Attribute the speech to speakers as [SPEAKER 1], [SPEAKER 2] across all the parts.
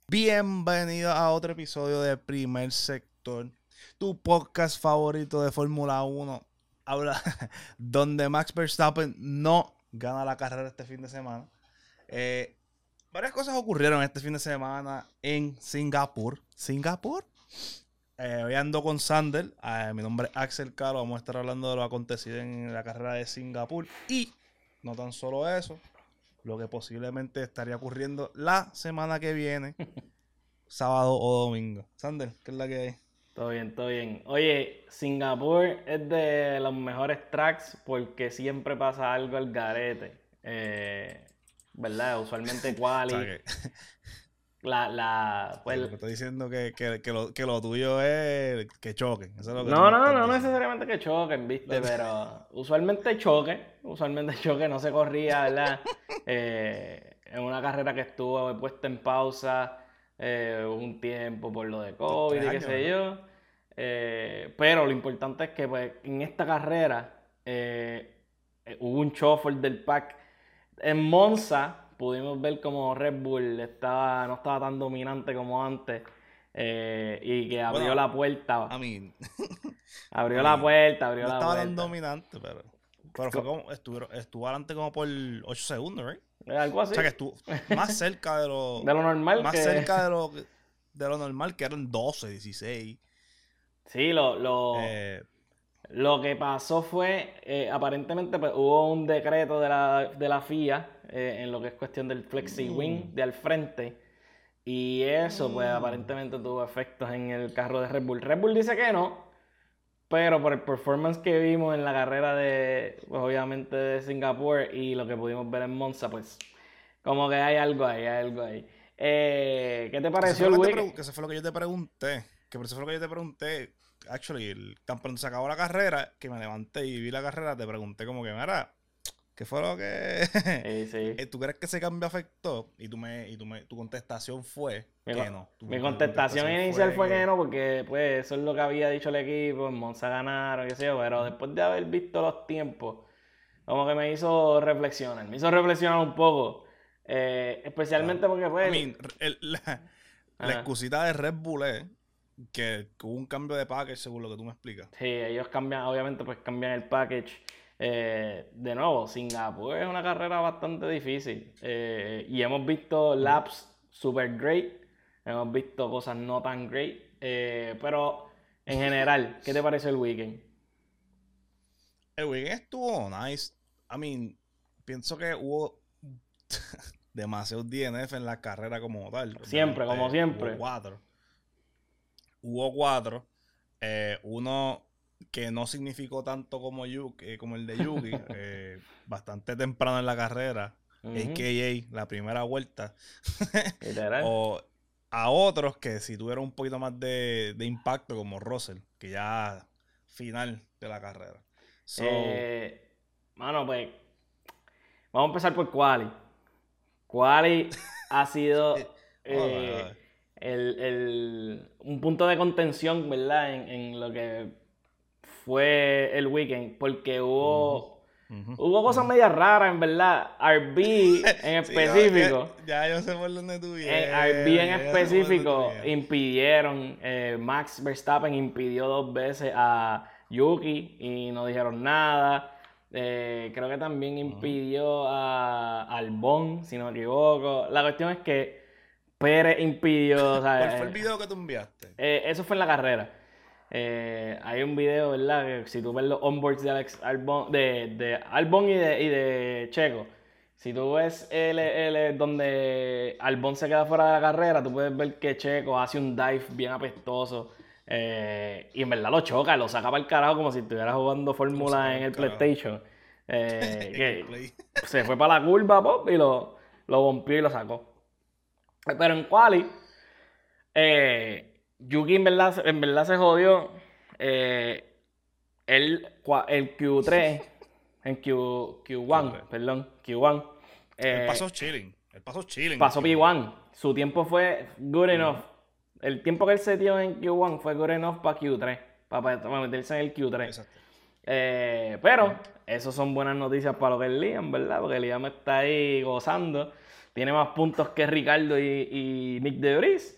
[SPEAKER 1] Bienvenido a otro episodio de Primer Sector, tu podcast favorito de Fórmula 1. Habla donde Max Verstappen no gana la carrera este fin de semana. Varias cosas ocurrieron este fin de semana en Singapur. Hoy ando con Sander. Mi nombre es Axel Caro. Vamos a estar hablando de lo acontecido en la carrera de Singapur. Y no tan solo eso, lo que posiblemente estaría ocurriendo la semana que viene, sábado o domingo. Sander, ¿qué es la que hay?
[SPEAKER 2] Todo bien, todo bien. Oye, Singapur es de los mejores tracks porque siempre pasa algo al garete. ¿Verdad? Usualmente
[SPEAKER 1] O sea,
[SPEAKER 2] quali.
[SPEAKER 1] que,
[SPEAKER 2] Pues,
[SPEAKER 1] lo que estoy diciendo que lo tuyo es que choquen. Eso es lo que tú
[SPEAKER 2] no,
[SPEAKER 1] me
[SPEAKER 2] no,
[SPEAKER 1] estás
[SPEAKER 2] no
[SPEAKER 1] diciendo.
[SPEAKER 2] necesariamente que choquen, ¿viste? Pero usualmente choque, no se corría, ¿verdad? En una carrera que estuvo puesta en pausa un tiempo por lo de COVID
[SPEAKER 1] Tres
[SPEAKER 2] y qué
[SPEAKER 1] años,
[SPEAKER 2] sé
[SPEAKER 1] ¿verdad?
[SPEAKER 2] yo. Pero lo importante es que pues, en esta carrera hubo un shuffle del pack. En Monza pudimos ver como Red Bull no estaba tan dominante como antes y que
[SPEAKER 1] Bueno,
[SPEAKER 2] puerta
[SPEAKER 1] I mean, I
[SPEAKER 2] Abrió la
[SPEAKER 1] mean,
[SPEAKER 2] puerta, abrió
[SPEAKER 1] no
[SPEAKER 2] la
[SPEAKER 1] estaba tan
[SPEAKER 2] puerta.
[SPEAKER 1] dominante, pero fue como, estuvo adelante como por 8 segundos, ¿right?
[SPEAKER 2] Algo
[SPEAKER 1] O sea que
[SPEAKER 2] así.
[SPEAKER 1] estuvo más cerca
[SPEAKER 2] De lo normal
[SPEAKER 1] más
[SPEAKER 2] que...
[SPEAKER 1] cerca de lo normal, que eran 12, 16.
[SPEAKER 2] Sí,
[SPEAKER 1] Eh,
[SPEAKER 2] lo que pasó fue, aparentemente pues, hubo un decreto de la FIA en lo que es cuestión del flexi
[SPEAKER 1] mm,
[SPEAKER 2] wing de al frente. Y eso pues
[SPEAKER 1] mm.
[SPEAKER 2] aparentemente tuvo efectos en el carro de Red Bull. Red Bull dice que no, pero por el performance que vimos en la carrera pues, obviamente de Singapur y lo que pudimos ver en Monza, pues como que hay algo ahí, hay algo ahí. ¿Qué te
[SPEAKER 1] Que eso fue
[SPEAKER 2] pareció el
[SPEAKER 1] lo que
[SPEAKER 2] weekend?
[SPEAKER 1] que eso fue lo que yo te pregunté. Que por eso fue lo que yo te pregunté. Actually, tan pronto se acabó la carrera, que me levanté y vi la carrera, te pregunté como que, mira, ¿qué fue lo que
[SPEAKER 2] Sí, sí.
[SPEAKER 1] ¿tú crees que ese cambio afectó? Tu contestación fue que no.
[SPEAKER 2] Mi
[SPEAKER 1] Tu
[SPEAKER 2] contestación
[SPEAKER 1] contestación
[SPEAKER 2] inicial
[SPEAKER 1] fue
[SPEAKER 2] fue que
[SPEAKER 1] que
[SPEAKER 2] no, porque pues eso es lo que había dicho el equipo, en Monza ganaron, qué sé yo, pero después de haber visto los tiempos, como que me hizo reflexionar un poco,
[SPEAKER 1] claro.
[SPEAKER 2] especialmente porque
[SPEAKER 1] I
[SPEAKER 2] pues,
[SPEAKER 1] mean, la
[SPEAKER 2] ajá,
[SPEAKER 1] excusita de Red Bull es que hubo un cambio de package según lo que tú me explicas.
[SPEAKER 2] sí, ellos cambian, obviamente pues cambian el package. De nuevo, Singapur es una carrera bastante difícil y hemos visto
[SPEAKER 1] Ujú.
[SPEAKER 2] laps super great, hemos visto cosas no tan great, pero en general, ¿qué te pareció el weekend?
[SPEAKER 1] El weekend estuvo nice. I mean, pienso que hubo demasiados DNF en la carrera como tal.
[SPEAKER 2] Siempre, como
[SPEAKER 1] Obviamente
[SPEAKER 2] siempre.
[SPEAKER 1] Hubo cuatro. Uno que no significó tanto como el de Yuki. Bastante temprano en la carrera.
[SPEAKER 2] Ujú,
[SPEAKER 1] AKA la primera vuelta.
[SPEAKER 2] literal.
[SPEAKER 1] O a otros que sí tuvieron un poquito más de impacto como Russell. Que ya final de la carrera. So,
[SPEAKER 2] Eh, Mano, pues vamos a empezar por Quali. Quali ha sido
[SPEAKER 1] vamos a ver, a
[SPEAKER 2] eh,
[SPEAKER 1] ver.
[SPEAKER 2] un punto de contención, ¿verdad? En lo que fue el weekend, porque
[SPEAKER 1] Ujú, ujú,
[SPEAKER 2] hubo cosas
[SPEAKER 1] ujú.
[SPEAKER 2] medias raras, en verdad. RB en
[SPEAKER 1] Sí,
[SPEAKER 2] específico.
[SPEAKER 1] ya yo sé por dónde tú
[SPEAKER 2] En RB en
[SPEAKER 1] vienes. Ya yo sé por dónde tú
[SPEAKER 2] específico
[SPEAKER 1] vienes.
[SPEAKER 2] impidieron, Max Verstappen impidió 2 veces a Yuki y no dijeron nada. Creo que también
[SPEAKER 1] Ujú.
[SPEAKER 2] impidió a Albon, si no me equivoco. La cuestión es que Pérez impidió, o
[SPEAKER 1] ¿Cuál
[SPEAKER 2] sea,
[SPEAKER 1] fue el video que tú enviaste?
[SPEAKER 2] eso fue en la carrera. Hay un video, ¿verdad? Que si tú ves los onboards de Alex Albon, de Albon y de Checo, si tú ves donde Albon se queda fuera de la carrera, tú puedes ver que Checo hace un dive bien apestoso. Y en verdad lo choca, lo saca para el carajo como si estuviera jugando
[SPEAKER 1] Lo
[SPEAKER 2] fórmula
[SPEAKER 1] sacaba
[SPEAKER 2] en
[SPEAKER 1] el
[SPEAKER 2] el
[SPEAKER 1] carajo.
[SPEAKER 2] PlayStation.
[SPEAKER 1] En el
[SPEAKER 2] Que
[SPEAKER 1] play.
[SPEAKER 2] se fue para la curva, pop, y lo bompeó y lo sacó. Pero en quali, Yuki en verdad se jodió. Eh, el Q3, en Q1,
[SPEAKER 1] Q3.
[SPEAKER 2] perdón, Q1,
[SPEAKER 1] Él
[SPEAKER 2] eh,
[SPEAKER 1] pasó chilling. Él pasó chilling en
[SPEAKER 2] pasó
[SPEAKER 1] Q1.
[SPEAKER 2] P1. Su tiempo fue good enough.
[SPEAKER 1] Ujú.
[SPEAKER 2] El tiempo que él se dio en Q1 fue good enough para Q3, para meterse en el Q3.
[SPEAKER 1] Exacto.
[SPEAKER 2] Pero
[SPEAKER 1] Ujú.
[SPEAKER 2] eso son buenas noticias para lo que es Liam, ¿verdad? Porque Liam está ahí gozando. tiene más puntos que Ricardo y Nick de Vries.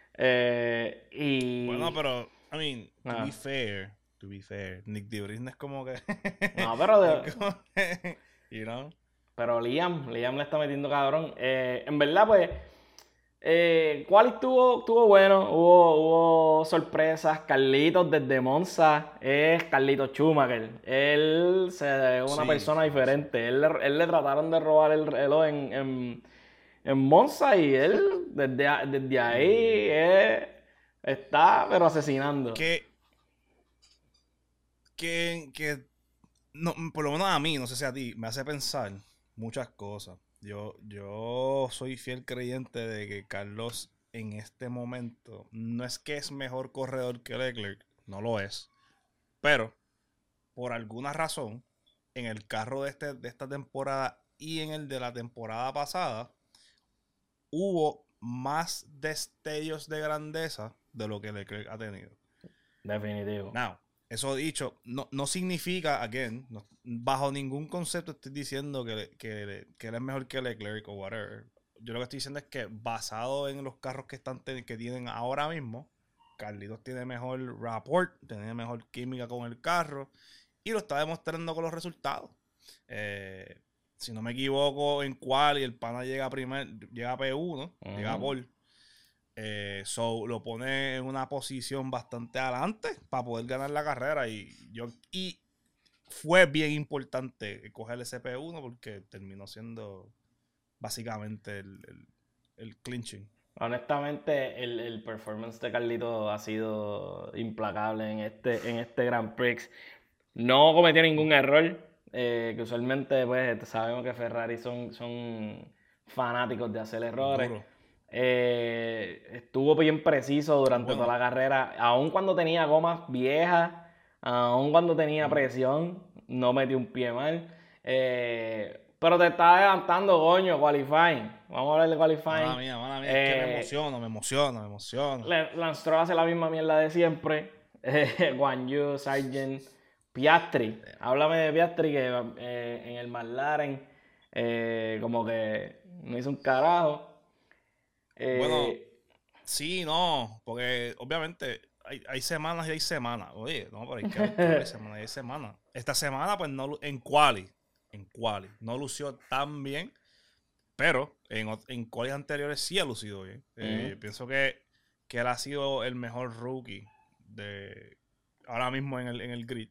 [SPEAKER 1] Bueno, pero, I mean,
[SPEAKER 2] Ah,
[SPEAKER 1] to be fair, Nick DeVries no es como que,
[SPEAKER 2] no, pero,
[SPEAKER 1] es como que, you know,
[SPEAKER 2] pero Liam le está metiendo cabrón. En verdad, pues, Quali estuvo bueno, hubo sorpresas. Carlitos desde Monza es Carlitos Schumacher. Él es una
[SPEAKER 1] sí,
[SPEAKER 2] persona
[SPEAKER 1] sí, sí.
[SPEAKER 2] diferente. Él le trataron de robar el reloj en Monza y él desde ahí
[SPEAKER 1] Y
[SPEAKER 2] está, pero asesinando.
[SPEAKER 1] que, que, no, por lo menos a mí, no sé si a ti, me hace pensar muchas cosas. Yo soy fiel creyente de que Carlos en este momento no es que es mejor corredor que Leclerc, no lo es, pero por alguna razón, en el carro de esta temporada y en el de la temporada pasada, hubo más destellos de grandeza de lo que Leclerc ha tenido.
[SPEAKER 2] Definitivo.
[SPEAKER 1] Now, eso dicho, no significa, again, bajo ningún concepto estoy diciendo que él es mejor que Leclerc o whatever. Yo lo que estoy diciendo es que basado en los carros que tienen ahora mismo, Carlitos tiene mejor rapport, tiene mejor química con el carro y lo está demostrando con los resultados. Eh, si no me equivoco, en cual y el pana llega llega P1, llega a pole. So lo pone en una posición bastante adelante para poder ganar la carrera y fue bien importante coger ese P1 porque terminó siendo básicamente el clinching.
[SPEAKER 2] Honestamente, el performance de Carlito ha sido implacable en este Grand Prix. No cometió ningún error, que usualmente pues sabemos que Ferrari son fanáticos de hacer errores.
[SPEAKER 1] Duro.
[SPEAKER 2] Estuvo bien preciso durante toda
[SPEAKER 1] Bueno.
[SPEAKER 2] la carrera, aun cuando tenía gomas viejas, aun cuando tenía
[SPEAKER 1] Mm.
[SPEAKER 2] presión, no metió un pie mal. Pero te está adelantando, coño, qualifying. Vamos a hablar de qualifying.
[SPEAKER 1] Mala mía, es que me emociono.
[SPEAKER 2] Lance Stroll hace la misma mierda de siempre. Guan Yu, Sargent, Piastri. Háblame de Piastri que en el McLaren como que no hizo un carajo.
[SPEAKER 1] Bueno,
[SPEAKER 2] Eh,
[SPEAKER 1] sí, no, porque obviamente hay semanas y hay semanas. Oye, no, pero hay que ver claro, hay semanas y hay semanas. Esta semana, pues no, en quali, no lució tan bien, pero en quali anteriores sí ha lucido bien. Pienso que él ha sido el mejor rookie de ahora mismo en el grid.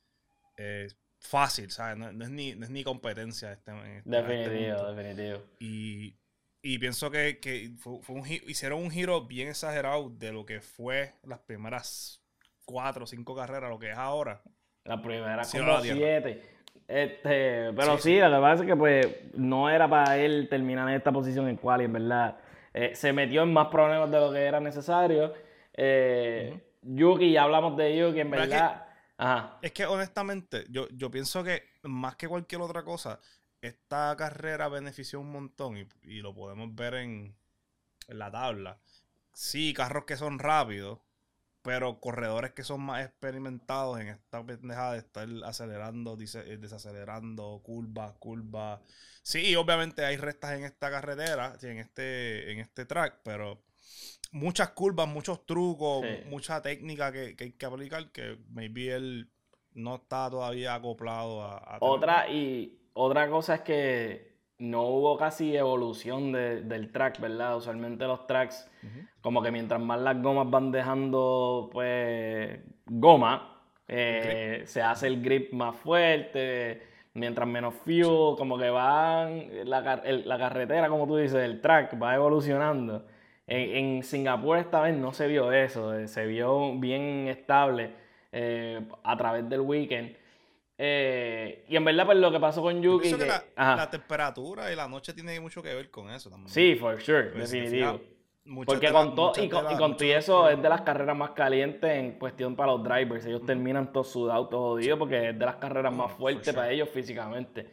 [SPEAKER 1] Fácil, ¿sabes? No es ni competencia a este
[SPEAKER 2] Definitivo,
[SPEAKER 1] punto.
[SPEAKER 2] definitivo.
[SPEAKER 1] Y pienso que hicieron un giro bien exagerado de lo que fue las primeras 4 o 5 carreras, lo que es ahora.
[SPEAKER 2] La primera
[SPEAKER 1] Cielo a
[SPEAKER 2] como
[SPEAKER 1] la tierra.
[SPEAKER 2] 7. Pero
[SPEAKER 1] Sí,
[SPEAKER 2] sí,
[SPEAKER 1] sí.
[SPEAKER 2] lo que pasa es que pues no era para él terminar en esta posición en quali, en verdad. Se metió en más problemas de lo que era necesario.
[SPEAKER 1] Ujú.
[SPEAKER 2] Yuki, ya hablamos de Yuki, en
[SPEAKER 1] Pero
[SPEAKER 2] verdad. Ajá.
[SPEAKER 1] es que honestamente, yo pienso que más que cualquier otra cosa, esta carrera benefició un montón y lo podemos ver en la tabla. Sí, carros que son rápidos, pero corredores que son más experimentados en esta pendejada de estar acelerando, desacelerando, curvas. Sí, obviamente hay rectas en esta carretera, sí, en este track, pero muchas curvas, muchos trucos,
[SPEAKER 2] Sí.
[SPEAKER 1] mucha técnica que hay que aplicar que maybe él no está todavía acoplado a tener.
[SPEAKER 2] Otra cosa es que no hubo casi evolución del track, ¿verdad? Usualmente los tracks,
[SPEAKER 1] Ujú.
[SPEAKER 2] como que mientras más las gomas van dejando, pues, goma,
[SPEAKER 1] Grip.
[SPEAKER 2] se hace el grip más fuerte, mientras menos
[SPEAKER 1] Sí.
[SPEAKER 2] fuel, como que la carretera, como tú dices, el track va evolucionando.
[SPEAKER 1] Ujú.
[SPEAKER 2] En Singapur esta vez no se vio eso, se vio bien estable a través del weekend. Y en verdad, pues lo que pasó con
[SPEAKER 1] Yo
[SPEAKER 2] Yuki,
[SPEAKER 1] pienso que
[SPEAKER 2] que.
[SPEAKER 1] la
[SPEAKER 2] Ajá.
[SPEAKER 1] temperatura y la noche tiene mucho que ver con eso también.
[SPEAKER 2] Sí, for sure,
[SPEAKER 1] Pues si te fijas,
[SPEAKER 2] definitivo. Porque con todo, con todo
[SPEAKER 1] muchos de los
[SPEAKER 2] eso es de las
[SPEAKER 1] problemas.
[SPEAKER 2] carreras más calientes en cuestión para los drivers. Ellos
[SPEAKER 1] Ujú.
[SPEAKER 2] terminan todos sudados, todos
[SPEAKER 1] Sí.
[SPEAKER 2] jodidos, porque es de las carreras más
[SPEAKER 1] No, for
[SPEAKER 2] fuertes
[SPEAKER 1] sure.
[SPEAKER 2] para ellos físicamente.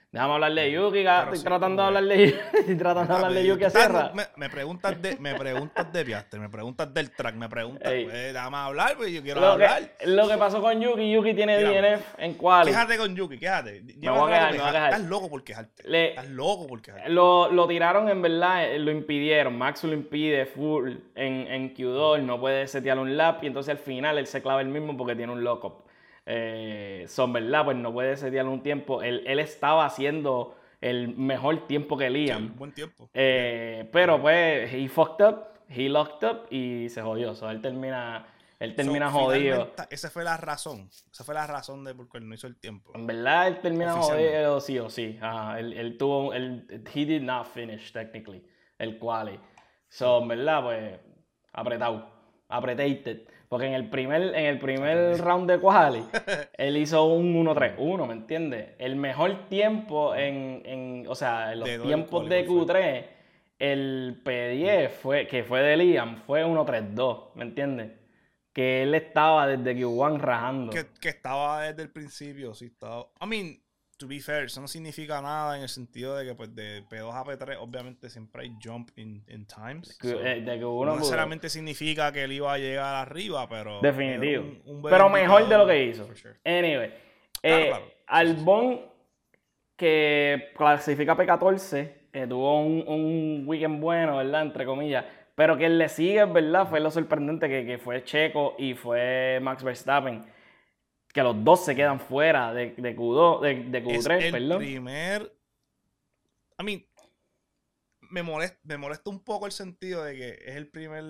[SPEAKER 2] Déjame hablar de Yuki,
[SPEAKER 1] Pero
[SPEAKER 2] estoy
[SPEAKER 1] sí,
[SPEAKER 2] tratando de
[SPEAKER 1] como
[SPEAKER 2] hablar de Yuki, estoy tratando de hablar de Yuki a Sierra.
[SPEAKER 1] Me preguntas de Piastri, me preguntas del track, me preguntas,
[SPEAKER 2] Ey,
[SPEAKER 1] pues déjame hablar, pues yo quiero
[SPEAKER 2] Lo que,
[SPEAKER 1] hablar.
[SPEAKER 2] lo que pasó con Yuki, Yuki tiene
[SPEAKER 1] Tírame.
[SPEAKER 2] DNF en quali.
[SPEAKER 1] Quéjate con Yuki, quéjate.
[SPEAKER 2] Me
[SPEAKER 1] Llevas
[SPEAKER 2] voy a
[SPEAKER 1] rato
[SPEAKER 2] quejar, me voy a
[SPEAKER 1] quejarte.
[SPEAKER 2] quejar.
[SPEAKER 1] Estás loco por quejarte.
[SPEAKER 2] Le-
[SPEAKER 1] Estás loco por quejarte.
[SPEAKER 2] Lo tiraron en verdad, lo impidieron. Max lo impide full en Q2, no puede setear un lap y entonces al final él se clava el mismo porque tiene un lockup. Son verdad, pues no puede setear un tiempo. Él estaba haciendo el mejor tiempo que
[SPEAKER 1] Sí,
[SPEAKER 2] Liam.
[SPEAKER 1] buen tiempo.
[SPEAKER 2] Pero pues, he fucked up, he locked up y se jodió. So, él termina jodido.
[SPEAKER 1] Finalmente, esa fue la razón. Esa fue la razón de por qué él no hizo el tiempo.
[SPEAKER 2] En verdad, él termina
[SPEAKER 1] Oficialmente.
[SPEAKER 2] jodido sí o sí. Ajá, él tuvo, he did not finish technically el quali. So, en verdad, pues, apretated. Porque en el primer round de quali, él hizo un 1-3-1, ¿me entiendes? El mejor tiempo o sea, en los
[SPEAKER 1] De todo el
[SPEAKER 2] tiempos
[SPEAKER 1] quali,
[SPEAKER 2] de
[SPEAKER 1] ¿cuál fue?
[SPEAKER 2] Q3, el P10 que fue de Liam, fue 1-3-2, ¿me entiendes? Que él estaba desde Q1 rajando.
[SPEAKER 1] Que estaba desde el principio, sí estaba. I mean, to be fair, eso no significa nada en el sentido de que pues de P2 a P3 obviamente siempre hay jump in times. So,
[SPEAKER 2] De Q1
[SPEAKER 1] no necesariamente significa que él iba a llegar arriba, pero
[SPEAKER 2] definitivo.
[SPEAKER 1] era un buen
[SPEAKER 2] Pero mejor de lo que
[SPEAKER 1] indicador,
[SPEAKER 2] hizo.
[SPEAKER 1] for sure.
[SPEAKER 2] Anyway,
[SPEAKER 1] Claro. Sí, sí.
[SPEAKER 2] Albon, que clasifica P14, tuvo un weekend bueno, ¿verdad? Entre comillas. Pero que le sigue, ¿verdad? Fue lo sorprendente que fue Checo y fue Max Verstappen. Que los dos se quedan fuera de Q2, de
[SPEAKER 1] Es
[SPEAKER 2] Q3,
[SPEAKER 1] el
[SPEAKER 2] perdón.
[SPEAKER 1] primer. I mean, me molesta un poco el sentido de que es el primer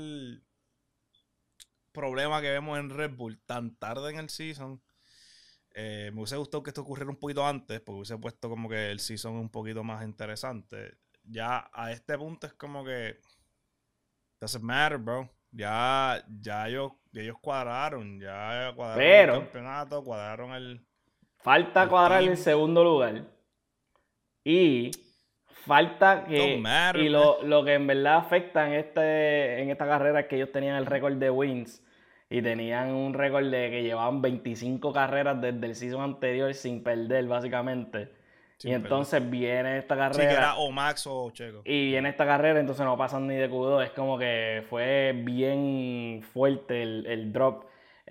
[SPEAKER 1] problema que vemos en Red Bull tan tarde en el season. Me hubiese gustado que esto ocurriera un poquito antes, porque hubiese puesto como que el season un poquito más interesante. Ya a este punto es como que doesn't matter, bro. Ya ellos cuadraron el
[SPEAKER 2] Pero
[SPEAKER 1] campeonato, cuadraron el
[SPEAKER 2] falta cuadrar el
[SPEAKER 1] team.
[SPEAKER 2] segundo lugar. Y falta
[SPEAKER 1] Don't
[SPEAKER 2] que.
[SPEAKER 1] matter,
[SPEAKER 2] Y
[SPEAKER 1] man.
[SPEAKER 2] lo que en verdad afecta en esta carrera es que ellos tenían el récord de wins. Y tenían un récord de que llevaban 25 carreras desde el season anterior sin perder, básicamente.
[SPEAKER 1] Sin
[SPEAKER 2] Y entonces viene esta
[SPEAKER 1] Sí, que era
[SPEAKER 2] carrera.
[SPEAKER 1] o Max o Checo.
[SPEAKER 2] Y viene esta carrera, entonces no pasan ni de Q2. Es como que fue bien fuerte el drop.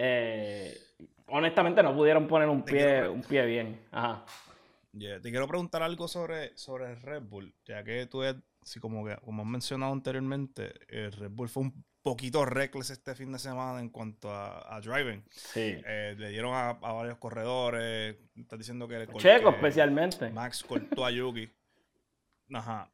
[SPEAKER 2] Honestamente no pudieron poner un pie bien. Ajá.
[SPEAKER 1] Yeah. Te quiero preguntar algo sobre Red Bull, ya que tú, sí, como has mencionado anteriormente, Red Bull fue un poquito reckless este fin de semana en cuanto a driving.
[SPEAKER 2] Sí.
[SPEAKER 1] Le dieron a varios corredores. Estás diciendo que
[SPEAKER 2] Checo especialmente.
[SPEAKER 1] Max cortó a Yuki. Ajá.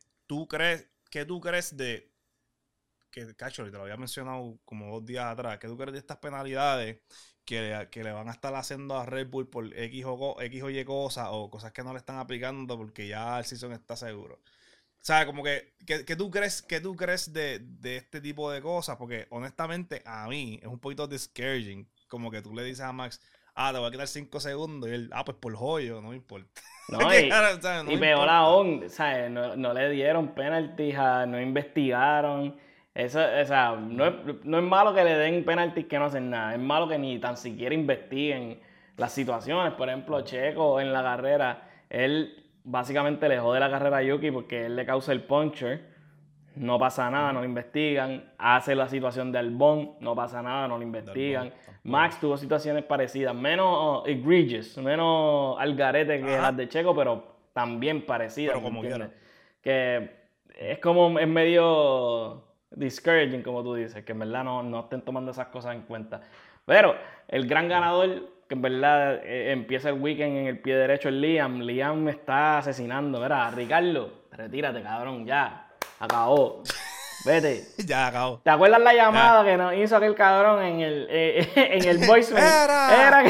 [SPEAKER 1] ¿Qué tú crees de que, cacho, te lo había mencionado como 2 días atrás, qué tú crees de estas penalidades que le van a estar haciendo a Red Bull por X o Y cosas o cosas que no le están aplicando porque ya el season está seguro? O sea, como que tú crees de este tipo de cosas, porque honestamente a mí es un poquito discouraging, como que tú le dices a Max, te voy a quitar 5 segundos y él, pues por joyo, no me importa.
[SPEAKER 2] No,
[SPEAKER 1] No
[SPEAKER 2] y
[SPEAKER 1] me
[SPEAKER 2] peor
[SPEAKER 1] importa.
[SPEAKER 2] aún, ¿sabes? No le dieron penaltis, no investigaron. Eso, o sea, no es malo que le den penaltis que no hacen nada. Es malo que ni tan siquiera investiguen las situaciones. Por ejemplo, Checo en la carrera, él básicamente le jode la carrera a Yuki porque él le causa el puncture. No pasa nada, no lo investigan. Hace la situación de Albon, no pasa nada, no lo investigan.
[SPEAKER 1] Tampoco.
[SPEAKER 2] Max tuvo situaciones parecidas, menos egregious, menos al garete que las de Checo, pero también parecidas.
[SPEAKER 1] Pero como
[SPEAKER 2] ¿entiendes? Que es medio discouraging, como tú dices, que en verdad no estén tomando esas cosas en cuenta. Pero el gran ganador, que en verdad empieza el weekend en el pie derecho, es Liam. Liam me está asesinando. Mira, Ricardo, retírate, cabrón, ya. Acabó. Vete.
[SPEAKER 1] Ya acabó.
[SPEAKER 2] ¿Te acuerdas la llamada que nos hizo aquel cabrón en el voicemail?
[SPEAKER 1] Era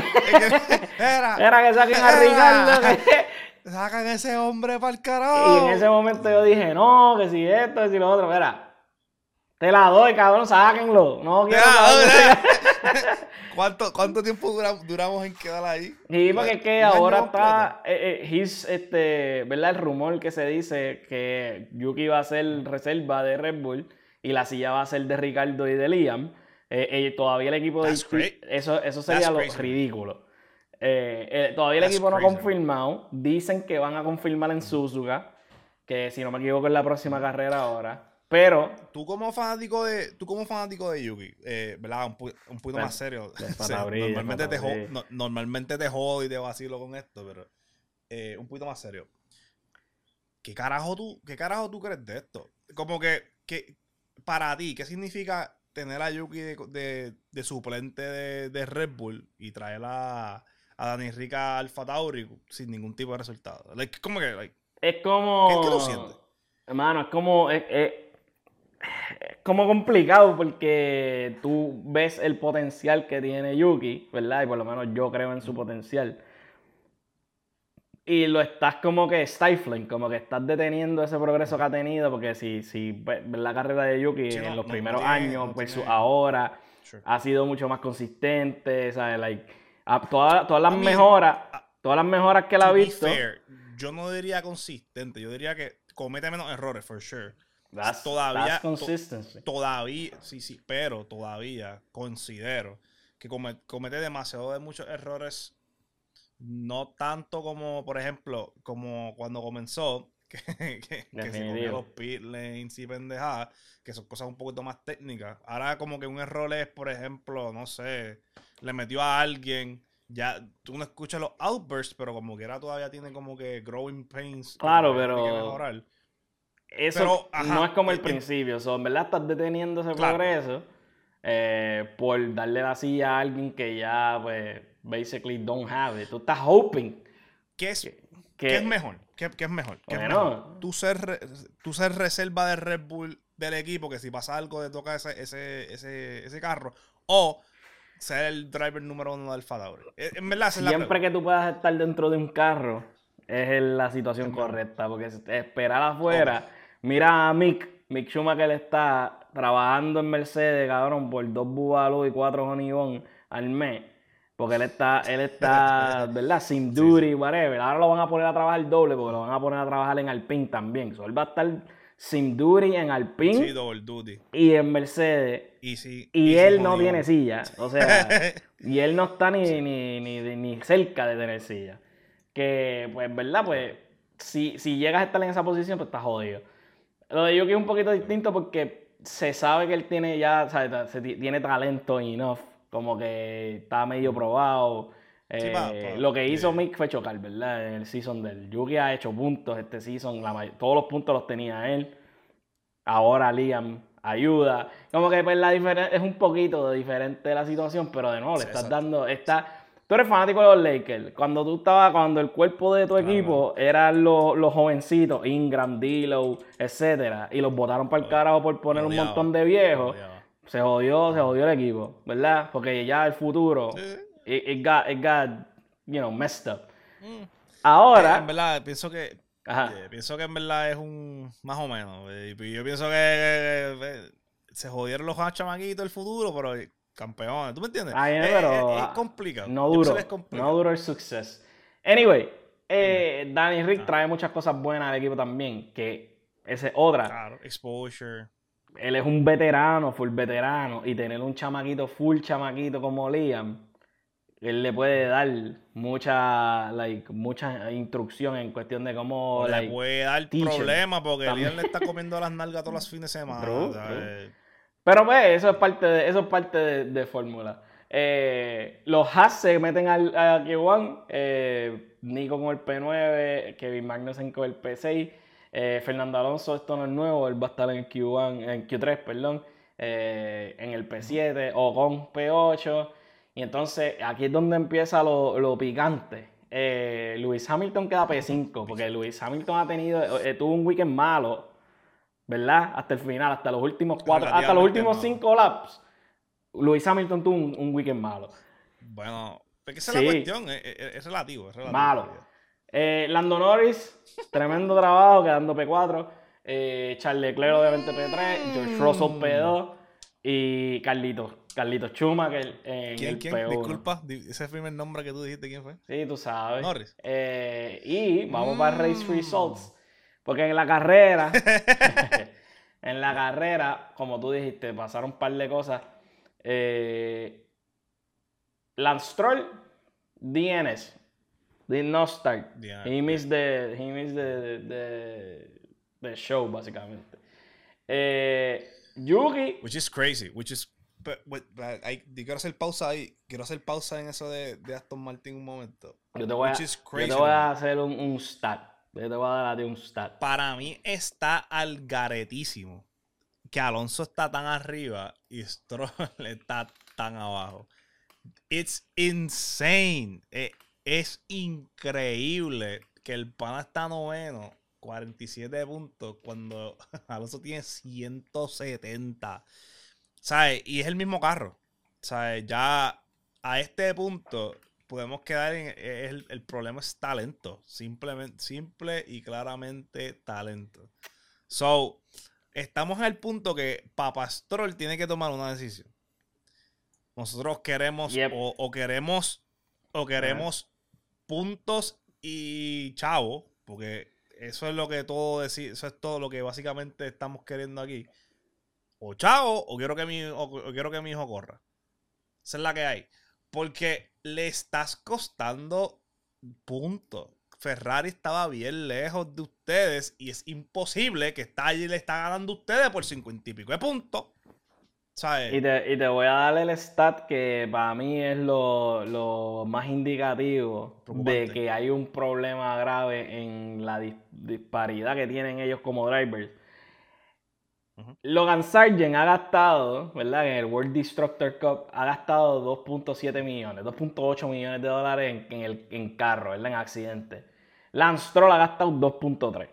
[SPEAKER 2] que saquen a Ricardo.
[SPEAKER 1] Sacan a ese hombre para el
[SPEAKER 2] Y
[SPEAKER 1] carajo.
[SPEAKER 2] en ese momento yo dije, no, que si esto, que si lo otro. Mira, te la doy, cabrón, sáquenlo. No quiero saber.
[SPEAKER 1] ¿Cuánto tiempo duramos en quedar ahí?
[SPEAKER 2] Sí, porque es que
[SPEAKER 1] Un año
[SPEAKER 2] ahora
[SPEAKER 1] completo.
[SPEAKER 2] está, ¿verdad? El rumor que se dice que Yuki va a ser reserva de Red Bull y la silla va a ser de Ricardo y de Liam. Todavía el equipo
[SPEAKER 1] That's great.
[SPEAKER 2] eso sería lo
[SPEAKER 1] Crazy.
[SPEAKER 2] ridículo. Todavía el
[SPEAKER 1] That's
[SPEAKER 2] equipo no ha
[SPEAKER 1] crazy.
[SPEAKER 2] confirmado. Dicen que van a confirmar en Suzuka, que si no me equivoco es la próxima carrera ahora. Pero,
[SPEAKER 1] Tú como fanático de Yuki, ¿verdad? Un poquito más serio. Normalmente te jodo y te vacilo con esto, pero un poquito más serio. ¿Qué carajo tú crees de esto? Como que para ti, ¿qué significa tener a Yuki de suplente de Red Bull y traer a Dani Rick a Alfa Tauri sin ningún tipo de resultado? Like, como que, like,
[SPEAKER 2] es
[SPEAKER 1] ¿qué tú sientes?
[SPEAKER 2] como... Hermano, es como complicado porque tú ves el potencial que tiene Yuki, ¿verdad? Y por lo menos yo creo en su potencial. Y lo estás como que stifling, como que estás deteniendo ese progreso que ha tenido, porque si ves la carrera de Yuki
[SPEAKER 1] Sí,
[SPEAKER 2] en los
[SPEAKER 1] no
[SPEAKER 2] primeros
[SPEAKER 1] tiene,
[SPEAKER 2] años
[SPEAKER 1] no
[SPEAKER 2] versus
[SPEAKER 1] tiene.
[SPEAKER 2] ahora,
[SPEAKER 1] Sure.
[SPEAKER 2] ha sido mucho más consistente, ¿sabes? Like, todas
[SPEAKER 1] I mean,
[SPEAKER 2] todas las mejoras que él ha
[SPEAKER 1] to be
[SPEAKER 2] visto,
[SPEAKER 1] fair, yo no diría consistente, yo diría que comete menos errores, for sure.
[SPEAKER 2] that's consistency.
[SPEAKER 1] Todavía, sí, pero todavía considero que comete demasiado de muchos errores, no tanto como, por ejemplo, como cuando comenzó, que se comía
[SPEAKER 2] Definitivo.
[SPEAKER 1] los pit lanes y pendejadas, que son cosas un poquito más técnicas. Ahora como que un error es, por ejemplo, no sé, le metió a alguien, ya tú no escuchas los outbursts, pero como que ahora todavía tiene como que growing pains que
[SPEAKER 2] Claro,
[SPEAKER 1] todavía tiene que
[SPEAKER 2] pero
[SPEAKER 1] mejorar.
[SPEAKER 2] eso
[SPEAKER 1] Pero,
[SPEAKER 2] no es
[SPEAKER 1] ajá,
[SPEAKER 2] como el principio. En verdad estás deteniendo ese
[SPEAKER 1] claro.
[SPEAKER 2] progreso por darle la silla a alguien que ya, pues, basically don't have it. Tú estás hoping
[SPEAKER 1] ¿Qué es,
[SPEAKER 2] que,
[SPEAKER 1] qué es
[SPEAKER 2] que
[SPEAKER 1] mejor? ¿Qué es mejor? ¿Qué es mejor?
[SPEAKER 2] bueno,
[SPEAKER 1] Tú ser reserva de Red Bull del equipo, que si pasa algo te toca ese carro, o ser el driver número uno de Alfa Tauri. En verdad, esa es la
[SPEAKER 2] siempre
[SPEAKER 1] pregunta.
[SPEAKER 2] que tú puedas estar dentro de un carro es la situación
[SPEAKER 1] Es mejor.
[SPEAKER 2] correcta. Porque esperar
[SPEAKER 1] Ok.
[SPEAKER 2] afuera, mira a Mick Schumacher está trabajando en Mercedes, cabrón, por 2 Bugalú y 4 Honeycomb al mes. Porque él está, ¿verdad? Sim
[SPEAKER 1] Sí, sí.
[SPEAKER 2] duty, whatever. Ahora lo van a poner a trabajar doble porque lo van a poner a trabajar en Alpine también. So, él va a estar sim duty en
[SPEAKER 1] Sí,
[SPEAKER 2] Alpine
[SPEAKER 1] double duty.
[SPEAKER 2] y en Mercedes. Y
[SPEAKER 1] Easy
[SPEAKER 2] él no
[SPEAKER 1] honey
[SPEAKER 2] tiene
[SPEAKER 1] on.
[SPEAKER 2] silla. O sea, y él no está
[SPEAKER 1] Sí.
[SPEAKER 2] ni cerca de tener silla. Que, pues, ¿verdad? Pues, si llegas a estar en esa posición, pues estás jodido. Lo de Yuki es un poquito distinto porque se sabe que él tiene ya, ¿sabes? Tiene talento enough, como que está medio probado.
[SPEAKER 1] Sí,
[SPEAKER 2] Lo que hizo
[SPEAKER 1] yeah.
[SPEAKER 2] Mick fue chocar, ¿verdad? En el season del Yuki ha hecho puntos este season, todos los puntos los tenía él. Ahora Liam ayuda. Como que pues es un poquito diferente la situación, pero de nuevo le
[SPEAKER 1] Sí,
[SPEAKER 2] estás
[SPEAKER 1] exacto.
[SPEAKER 2] dando. Tú eres fanático de los Lakers. Cuando el cuerpo de tu
[SPEAKER 1] Claro, claro.
[SPEAKER 2] equipo eran los jovencitos, Ingram, D'Lo, etcétera, y los botaron para el carajo por
[SPEAKER 1] Lo
[SPEAKER 2] poner un
[SPEAKER 1] odiaba.
[SPEAKER 2] montón de
[SPEAKER 1] Lo
[SPEAKER 2] viejos,
[SPEAKER 1] odiaba.
[SPEAKER 2] se jodió el equipo, ¿verdad? Porque ya el
[SPEAKER 1] Sí,
[SPEAKER 2] futuro,
[SPEAKER 1] sí.
[SPEAKER 2] it got messed up.
[SPEAKER 1] Mm. En
[SPEAKER 2] Ahora,
[SPEAKER 1] verdad,
[SPEAKER 2] ajá.
[SPEAKER 1] pienso que en verdad es un más o menos. Y yo pienso que se jodieron los chamaquitos del futuro, pero campeones. ¿Tú me entiendes?
[SPEAKER 2] Ah, bien, pero
[SPEAKER 1] Es complicado.
[SPEAKER 2] no
[SPEAKER 1] Yo pienso que es
[SPEAKER 2] duró. No
[SPEAKER 1] complicado.
[SPEAKER 2] duró el success. Anyway,
[SPEAKER 1] Dime.
[SPEAKER 2] Danny Rick
[SPEAKER 1] Ah,
[SPEAKER 2] trae muchas cosas buenas al equipo también. Que esa es otra.
[SPEAKER 1] claro, exposure.
[SPEAKER 2] Él es un veterano, full veterano. Y tener un chamaquito, full chamaquito como Liam, él le puede dar mucha instrucción en cuestión de
[SPEAKER 1] O
[SPEAKER 2] cómo,
[SPEAKER 1] le puede dar
[SPEAKER 2] teach him.
[SPEAKER 1] problemas porque
[SPEAKER 2] También.
[SPEAKER 1] Lian le está comiendo las nalgas todos los fines de semana.
[SPEAKER 2] True.
[SPEAKER 1] ¿Sabes?
[SPEAKER 2] Pero pues, eso es parte de Fórmula. Los Haas se meten a Q1. Nico con el P9, Kevin Magnussen con el P6. Fernando Alonso, esto no es nuevo, él va a estar en el Q1, en Q3, perdón. En el P7 o con P8. Y entonces aquí es donde empieza lo picante. Lewis Hamilton queda P5, porque Lewis Hamilton tuvo un weekend malo, ¿verdad? Hasta el final, hasta los
[SPEAKER 1] Relativamente
[SPEAKER 2] últimos
[SPEAKER 1] malo.
[SPEAKER 2] 5 laps, Lewis Hamilton tuvo un weekend malo.
[SPEAKER 1] Bueno, porque esa es la
[SPEAKER 2] Sí,
[SPEAKER 1] cuestión. Es relativo, en
[SPEAKER 2] malo.
[SPEAKER 1] realidad.
[SPEAKER 2] Lando Norris, tremendo trabajo, quedando P4. Charles Leclerc, obviamente P3. George Russell
[SPEAKER 1] Mm.
[SPEAKER 2] P2. Y Carlitos Schumacher en el
[SPEAKER 1] ¿Quién?
[SPEAKER 2] P1.
[SPEAKER 1] Disculpa, ese es el primer nombre que tú dijiste, ¿quién fue?
[SPEAKER 2] Sí, tú sabes.
[SPEAKER 1] Norris.
[SPEAKER 2] Y vamos para Race
[SPEAKER 1] Mm.
[SPEAKER 2] Results. Porque en la carrera, en la carrera, como tú dijiste, pasaron un par de cosas. Lance Stroll DNS did not start.
[SPEAKER 1] Yeah,
[SPEAKER 2] He missed the show, básicamente. Yuki.
[SPEAKER 1] Which is crazy. Yo quiero hacer pausa ahí. Quiero hacer pausa en eso de Aston Martin un momento.
[SPEAKER 2] Yo te voy a hacer un stat. Yo te voy a dar a ti un stat.
[SPEAKER 1] Para mí está algaretísimo que Alonso está tan arriba y Stroll está tan abajo. It's insane. Es increíble que el pana está noveno, 47 puntos, cuando Alonso tiene 170. ¿Sabes? Y es el mismo carro. ¿Sabes? Ya a este punto podemos quedar en... El problema es talento. Simple y claramente talento. So, estamos en el punto que Papa Stroll tiene que tomar una decisión. Nosotros queremos o queremos puntos y chavo, porque eso es lo que eso es todo lo que básicamente estamos queriendo aquí. O chavo, o quiero que mi hijo corra. Esa es la que hay. Porque le estás costando puntos. Ferrari estaba bien lejos de ustedes y es imposible que le está ganando a ustedes por 50 y pico de puntos. ¿Sabes?
[SPEAKER 2] Y te voy a dar el stat que para mí es lo más indicativo de que hay un problema grave en la disparidad que tienen ellos como drivers. Logan Sargent ha gastado, ¿verdad? En el World Destructor Cup ha gastado 2.7 millones, 2.8 millones de dólares en carro, ¿verdad? En accidentes. Lance Stroll ha gastado 2.3.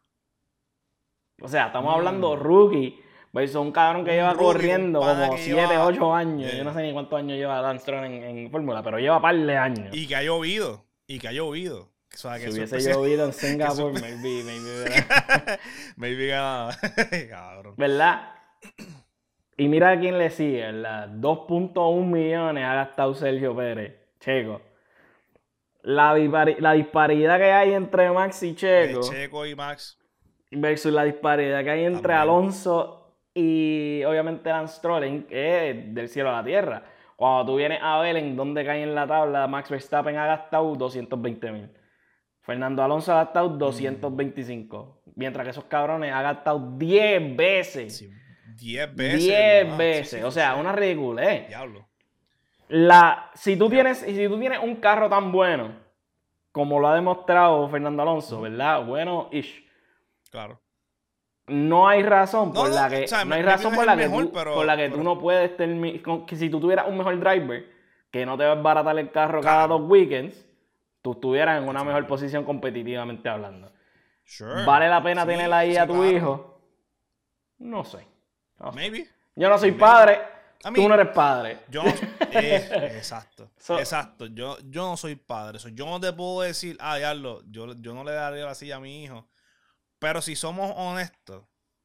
[SPEAKER 2] O sea, estamos hablando rookie versus un cabrón que lleva corriendo como 7, 8 años. Yo no sé ni cuántos años lleva Lance Stroll en Fórmula, pero lleva par de años.
[SPEAKER 1] Y que ha llovido. O sea, que
[SPEAKER 2] si hubiese llovido en Singapur, maybe
[SPEAKER 1] ganaba. Cabrón.
[SPEAKER 2] ¿Verdad? Y mira a quién le sigue, ¿verdad? 2.1 millones ha gastado Sergio Pérez, Checo. La disparidad que hay entre Max y Checo.
[SPEAKER 1] Checo y Max.
[SPEAKER 2] Versus la disparidad que hay entre Alonso y obviamente Lance Stroll, es del cielo a la tierra. Cuando tú vienes a ver en dónde cae en la tabla, Max Verstappen ha gastado 220,000. Fernando Alonso ha gastado 225. Mientras que esos cabrones han gastado 10 veces.
[SPEAKER 1] Sí, 10 veces.
[SPEAKER 2] 10 veces. Sí, o sea, una ridiculez.
[SPEAKER 1] Diablo.
[SPEAKER 2] Si tú tienes un carro tan bueno como lo ha demostrado Fernando Alonso, ¿verdad? Bueno-ish.
[SPEAKER 1] Claro.
[SPEAKER 2] No hay razón por la que tú no puedes terminar. Que si tú tuvieras un mejor driver que no te va a baratar el carro cada 2 weekends, tú estuvieras en una mejor posición competitivamente hablando.
[SPEAKER 1] Sure.
[SPEAKER 2] ¿Vale la pena tener ahí a tu hijo? No sé.
[SPEAKER 1] Maybe.
[SPEAKER 2] Yo no soy padre. Tú no eres padre.
[SPEAKER 1] Yo exacto. Exacto. Yo no soy padre. Yo no te puedo decir, diablo, yo no le daría la silla a mi hijo. Pero si somos honestos,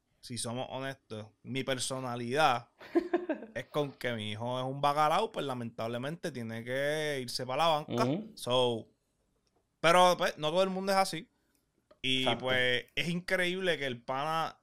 [SPEAKER 1] mi personalidad es con que mi hijo es un bacalao, pues lamentablemente tiene que irse para la banca. Pero pues, no todo el mundo es así. Y exacto. Pues es increíble que el pana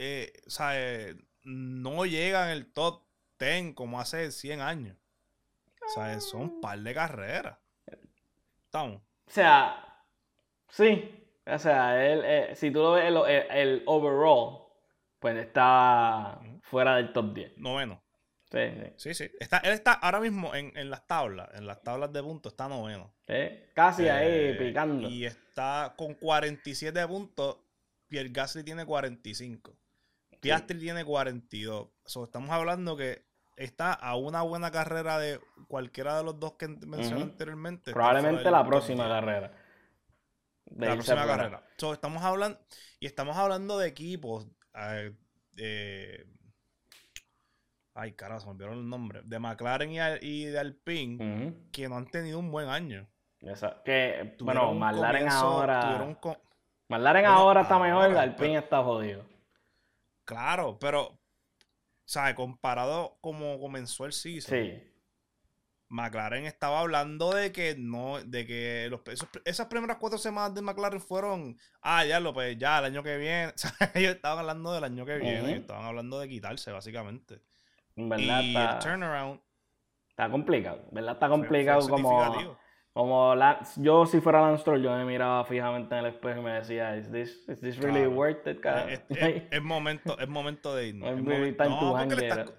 [SPEAKER 1] no llega en el top 10 como hace 100 años. O sea, son un par de carreras. ¿Estamos?
[SPEAKER 2] O sea, sí. O sea, si tú lo ves el overall, pues está fuera del top 10.
[SPEAKER 1] Noveno.
[SPEAKER 2] Sí.
[SPEAKER 1] Él está ahora mismo en las tablas de puntos, está noveno.
[SPEAKER 2] Casi ahí picando.
[SPEAKER 1] Y está con 47 puntos. Pierre Gasly tiene 45. Piastri tiene 42. Estamos hablando que está a una buena carrera de cualquiera de los dos que mencioné anteriormente.
[SPEAKER 2] Probablemente la próxima carrera.
[SPEAKER 1] La próxima carrera. Estamos hablando de equipos. Ay, carajo, se me olvidaron el nombre. De McLaren y de Alpine, que no han tenido un buen año.
[SPEAKER 2] McLaren ahora. McLaren ahora está mejor, Alpine está jodido.
[SPEAKER 1] Claro, pero, ¿sabes? Comparado como comenzó el season.
[SPEAKER 2] Sí.
[SPEAKER 1] McLaren estaba hablando de que esas primeras 4 semanas de McLaren fueron, pues ya el año que viene. Ellos estaban hablando del año que viene, estaban hablando de quitarse, básicamente.
[SPEAKER 2] ¿Verdad?
[SPEAKER 1] Y el turnaround
[SPEAKER 2] está complicado, ¿verdad? Está complicado como Yo si fuera Lance Stroll, yo me miraba fijamente en el espejo y me decía, is this really
[SPEAKER 1] Claro.
[SPEAKER 2] worth it, cara?
[SPEAKER 1] Es momento de irnos.
[SPEAKER 2] Es really time to
[SPEAKER 1] No,
[SPEAKER 2] hang
[SPEAKER 1] porque
[SPEAKER 2] it up.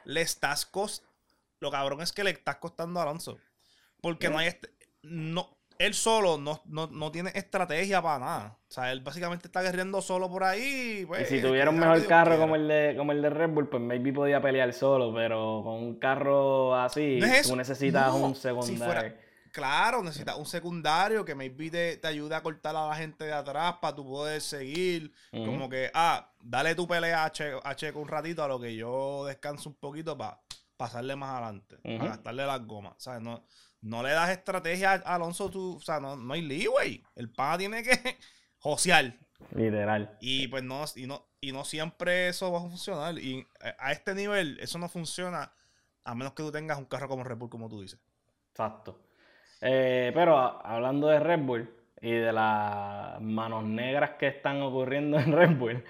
[SPEAKER 1] lo cabrón es que le estás costando a Alonso. Porque no
[SPEAKER 2] Yeah.
[SPEAKER 1] hay él solo no tiene estrategia para nada. O sea, él básicamente está guerreando solo por ahí.
[SPEAKER 2] Y
[SPEAKER 1] Pues,
[SPEAKER 2] si
[SPEAKER 1] que
[SPEAKER 2] tuviera un
[SPEAKER 1] sea lo que
[SPEAKER 2] mejor
[SPEAKER 1] Dios
[SPEAKER 2] carro
[SPEAKER 1] quiera.
[SPEAKER 2] como el de Red Bull, pues maybe podía pelear solo, pero con un carro
[SPEAKER 1] No es
[SPEAKER 2] así, tú
[SPEAKER 1] eso.
[SPEAKER 2] necesitas un
[SPEAKER 1] No. Si
[SPEAKER 2] secundario.
[SPEAKER 1] fuera. Claro, necesitas un secundario que maybe te ayude a cortar a la gente de atrás para tú poder seguir.
[SPEAKER 2] Ujú.
[SPEAKER 1] Como que, dale tu pelea a Checo un ratito a lo que yo descanso un poquito para pasarle más adelante,
[SPEAKER 2] Ujú.
[SPEAKER 1] para gastarle las gomas. ¿Sabes? No le das estrategia a Alonso, o sea, no hay leeway. El pana tiene que josear.
[SPEAKER 2] Literal.
[SPEAKER 1] Y pues no siempre eso va a funcionar. Y a este nivel, eso no funciona a menos que tú tengas un carro como Red Bull, como tú dices.
[SPEAKER 2] Exacto. Pero hablando de Red Bull y de las manos negras que están ocurriendo en Red Bull,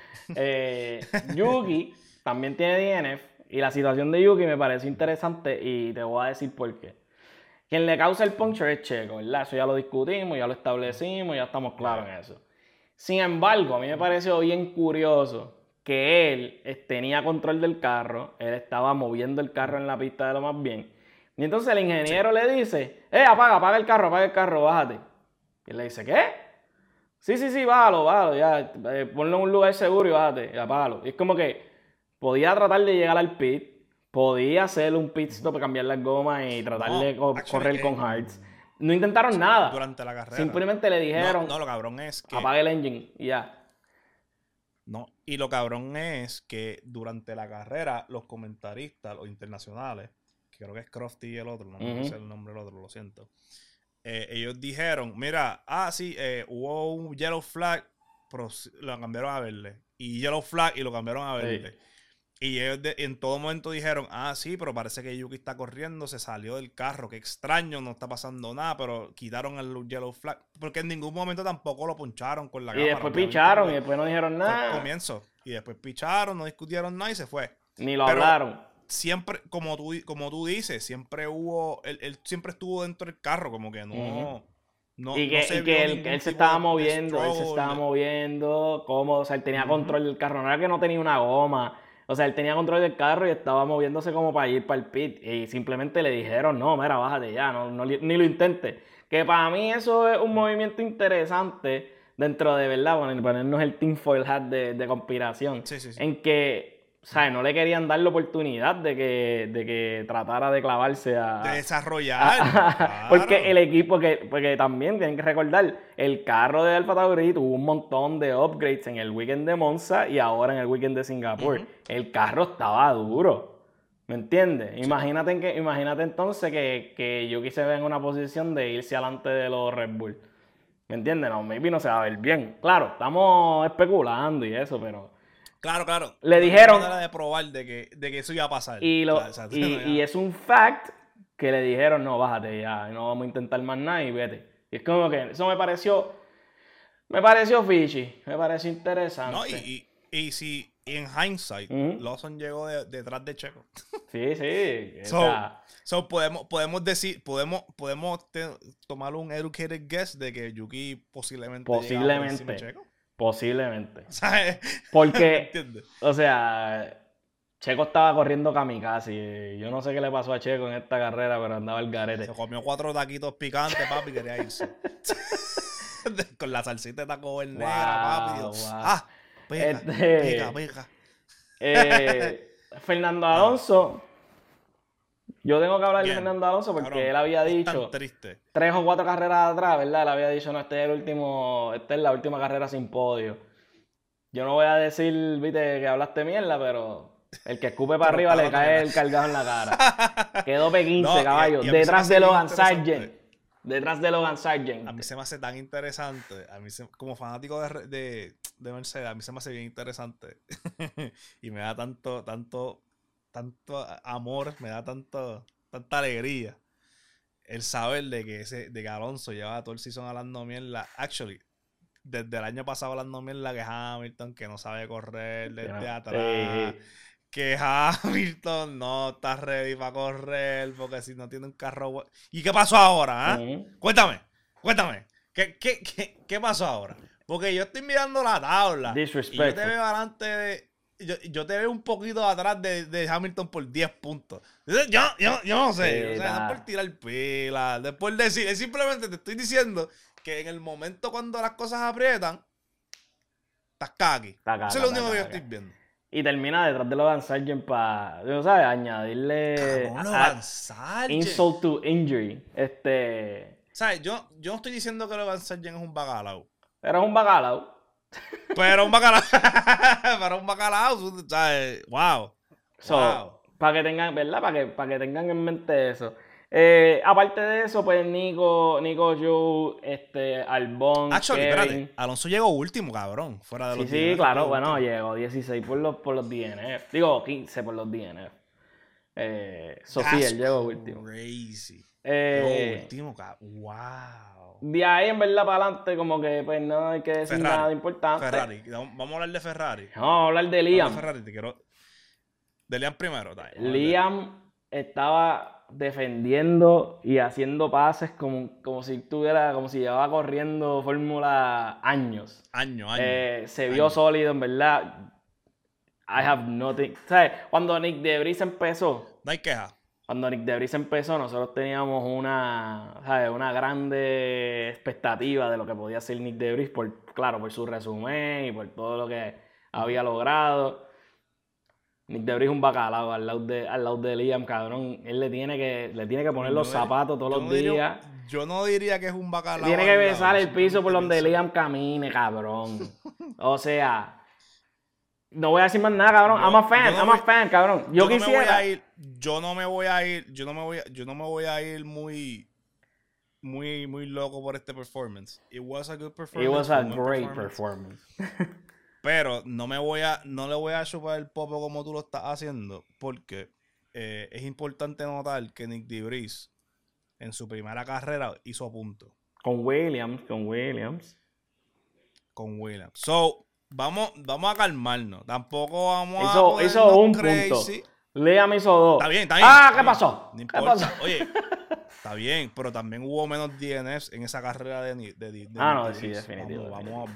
[SPEAKER 2] Yuki también tiene DNF y la situación de Yuki me parece interesante y te voy a decir por qué. Quien le causa el puncture es Checo, ¿verdad? Eso ya lo discutimos, ya lo establecimos, ya estamos claros en eso. Sin embargo, a mí me pareció bien curioso que él tenía control del carro, él estaba moviendo el carro en la pista de lo más bien. Y entonces el ingeniero le dice, apaga el carro, bájate. Y él le dice, ¿qué? Sí, bájalo, ya, ponlo en un lugar seguro y bájate, y apágalo. Y es como que podía tratar de llegar al pit, podía hacer un pit stop para cambiar las gomas y tratar de correr con Hartz. No intentaron nada.
[SPEAKER 1] Durante la carrera.
[SPEAKER 2] Simplemente le dijeron,
[SPEAKER 1] No, lo cabrón es que...
[SPEAKER 2] apague el engine y ya.
[SPEAKER 1] No, y lo cabrón es que durante la carrera los comentaristas, los internacionales, que creo que es Crofty y el otro, no me sé el nombre del otro, lo siento. Ellos dijeron, mira, sí, hubo un yellow flag, pero lo cambiaron a verde. Y yellow flag y lo cambiaron a verde.
[SPEAKER 2] Sí.
[SPEAKER 1] Y ellos en todo momento dijeron, sí, pero parece que Yuki está corriendo, se salió del carro, qué extraño, no está pasando nada, pero quitaron el yellow flag, porque en ningún momento tampoco lo puncharon con la cámara.
[SPEAKER 2] Y después picharon y después no dijeron nada.
[SPEAKER 1] Fue el comienzo. Y después picharon, no discutieron nada y se fue.
[SPEAKER 2] Ni lo hablaron.
[SPEAKER 1] Siempre, como tú dices, siempre hubo, él siempre estuvo dentro del carro, como que no...
[SPEAKER 2] Y que él se estaba moviendo, cómodo, o sea, él tenía control del carro, no era que no tenía una goma, o sea, él tenía control del carro y estaba moviéndose como para ir para el pit, y simplemente le dijeron, no, mira, bájate ya, ni lo intentes. Que para mí eso es un movimiento interesante dentro de, ¿verdad? Bueno, ponernos el tinfoil hat de conspiración,
[SPEAKER 1] Sí.
[SPEAKER 2] en que... O sea, no le querían dar la oportunidad de que tratara de clavarse
[SPEAKER 1] de desarrollar. Claro.
[SPEAKER 2] Porque el equipo, porque también tienen que recordar, el carro de Alfa Tauri tuvo un montón de upgrades en el weekend de Monza y ahora en el weekend de Singapur. El carro estaba duro. ¿Me entiendes? Sí. Imagínate entonces que Yuki se ve en una posición de irse adelante de los Red Bull. ¿Me entiendes? No, maybe no se va a ver bien. Claro, estamos especulando y eso, pero...
[SPEAKER 1] Claro.
[SPEAKER 2] Le dijeron...
[SPEAKER 1] No hay manera de probar de que eso iba a pasar.
[SPEAKER 2] Y es un fact que le dijeron, no, bájate ya, no vamos a intentar más nada y vete. Y es como que eso me pareció fishy, me pareció interesante.
[SPEAKER 1] No, y si en hindsight, Lawson llegó detrás de Checo.
[SPEAKER 2] Sí.
[SPEAKER 1] Podemos decir, podemos tomar un educated guess de que Yuki posiblemente
[SPEAKER 2] Checo. Posiblemente.
[SPEAKER 1] ¿Sabes?
[SPEAKER 2] Porque, o sea, Checo estaba corriendo kamikaze. Yo no sé qué le pasó a Checo en esta carrera, pero andaba el garete.
[SPEAKER 1] Se comió 4 taquitos picantes, papi, y quería irse. Con la salsita de Taco Bell negra, papi. Pica.
[SPEAKER 2] Fernando Alonso. Yo tengo que hablar de Fernando Alonso porque él había dicho 3 o 4 carreras atrás, ¿verdad? Él había dicho, no, esta es la última carrera sin podio. Yo no voy a decir, viste, que hablaste mierda, pero el que escupe para arriba le cae el cargado en la cara. Quedó P15, caballo. Detrás de Logan Sargent.
[SPEAKER 1] A mí se me hace tan interesante. Como fanático de Mercedes, a mí se me hace bien interesante. Y me da tanto amor, me da tanta alegría el saber de que Alonso lleva todo el season hablando mierda. Actually, desde el año pasado hablando mierda que Hamilton, que no sabe correr desde atrás, que Hamilton no está ready para correr porque si no tiene un carro. ¿Y qué pasó ahora? Cuéntame. ¿Qué pasó ahora? Porque yo estoy mirando la tabla. Y yo te veo adelante de. Yo te veo un poquito atrás de Hamilton por 10 puntos. Entonces, yo no sé. O sea, no es por tirar pila. Después decir. Es simplemente te estoy diciendo que en el momento cuando las cosas aprietan, estás caqui. Eso es lo único que yo estoy viendo.
[SPEAKER 2] Y termina detrás de Logan Sargent para, ¿no sabes? Añadirle insult to injury.
[SPEAKER 1] ¿Sabes? Yo no estoy diciendo que Logan Sargent es un bacalao.
[SPEAKER 2] Pero es un bacalao.
[SPEAKER 1] Pero un bacalao, ¿sabes? Wow.
[SPEAKER 2] Para que tengan, ¿verdad? Para que tengan en mente eso. Aparte de eso, pues Nico Joe, Albon,
[SPEAKER 1] Kevin. Espérate, Alonso llegó último, cabrón. Fuera de los
[SPEAKER 2] DNF. Sí, claro, bueno, llegó 16 por los DNF. Digo, 15 por los DNF. Sí, él llegó último.
[SPEAKER 1] Crazy. Llegó último, cabrón. Wow.
[SPEAKER 2] De ahí, en verdad, para adelante, como que pues no hay que decir nada importante.
[SPEAKER 1] Ferrari. Vamos a hablar de Ferrari.
[SPEAKER 2] Vamos a hablar de Liam.
[SPEAKER 1] De Liam primero.
[SPEAKER 2] Liam estaba defendiendo y haciendo pases como si llevaba corriendo Fórmula años. Se vio sólido, en verdad. I have nothing. ¿Sabes? Cuando Nick Debris empezó.
[SPEAKER 1] No hay queja.
[SPEAKER 2] Cuando Nick Debris empezó, nosotros teníamos una grande expectativa de lo que podía hacer Nick Debris, por su resumen y por todo lo que había logrado. Nick Debris es un bacalao al lado de Liam, cabrón. Él le tiene que poner los zapatos todos los días.
[SPEAKER 1] Yo no diría que es un bacalao.
[SPEAKER 2] Tiene que besar el piso por donde Liam camine, cabrón. O sea... No voy a decir más nada, cabrón. I'm a fan, cabrón. Yo quisiera.
[SPEAKER 1] Yo no me voy a ir muy loco por este performance. It was a good performance.
[SPEAKER 2] It was a great performance.
[SPEAKER 1] Pero no le voy a chupar el popo como tú lo estás haciendo, porque es importante notar que Nick Debris en su primera carrera hizo punto.
[SPEAKER 2] Con Williams.
[SPEAKER 1] So, vamos a calmarnos. Tampoco vamos a
[SPEAKER 2] hizo un
[SPEAKER 1] crazy.
[SPEAKER 2] Punto. Liam hizo 2.
[SPEAKER 1] Está bien.
[SPEAKER 2] ¿Qué pasó?
[SPEAKER 1] No importa. Oye, está bien, pero también hubo menos DNFs en esa carrera de
[SPEAKER 2] no, sí, definitivo.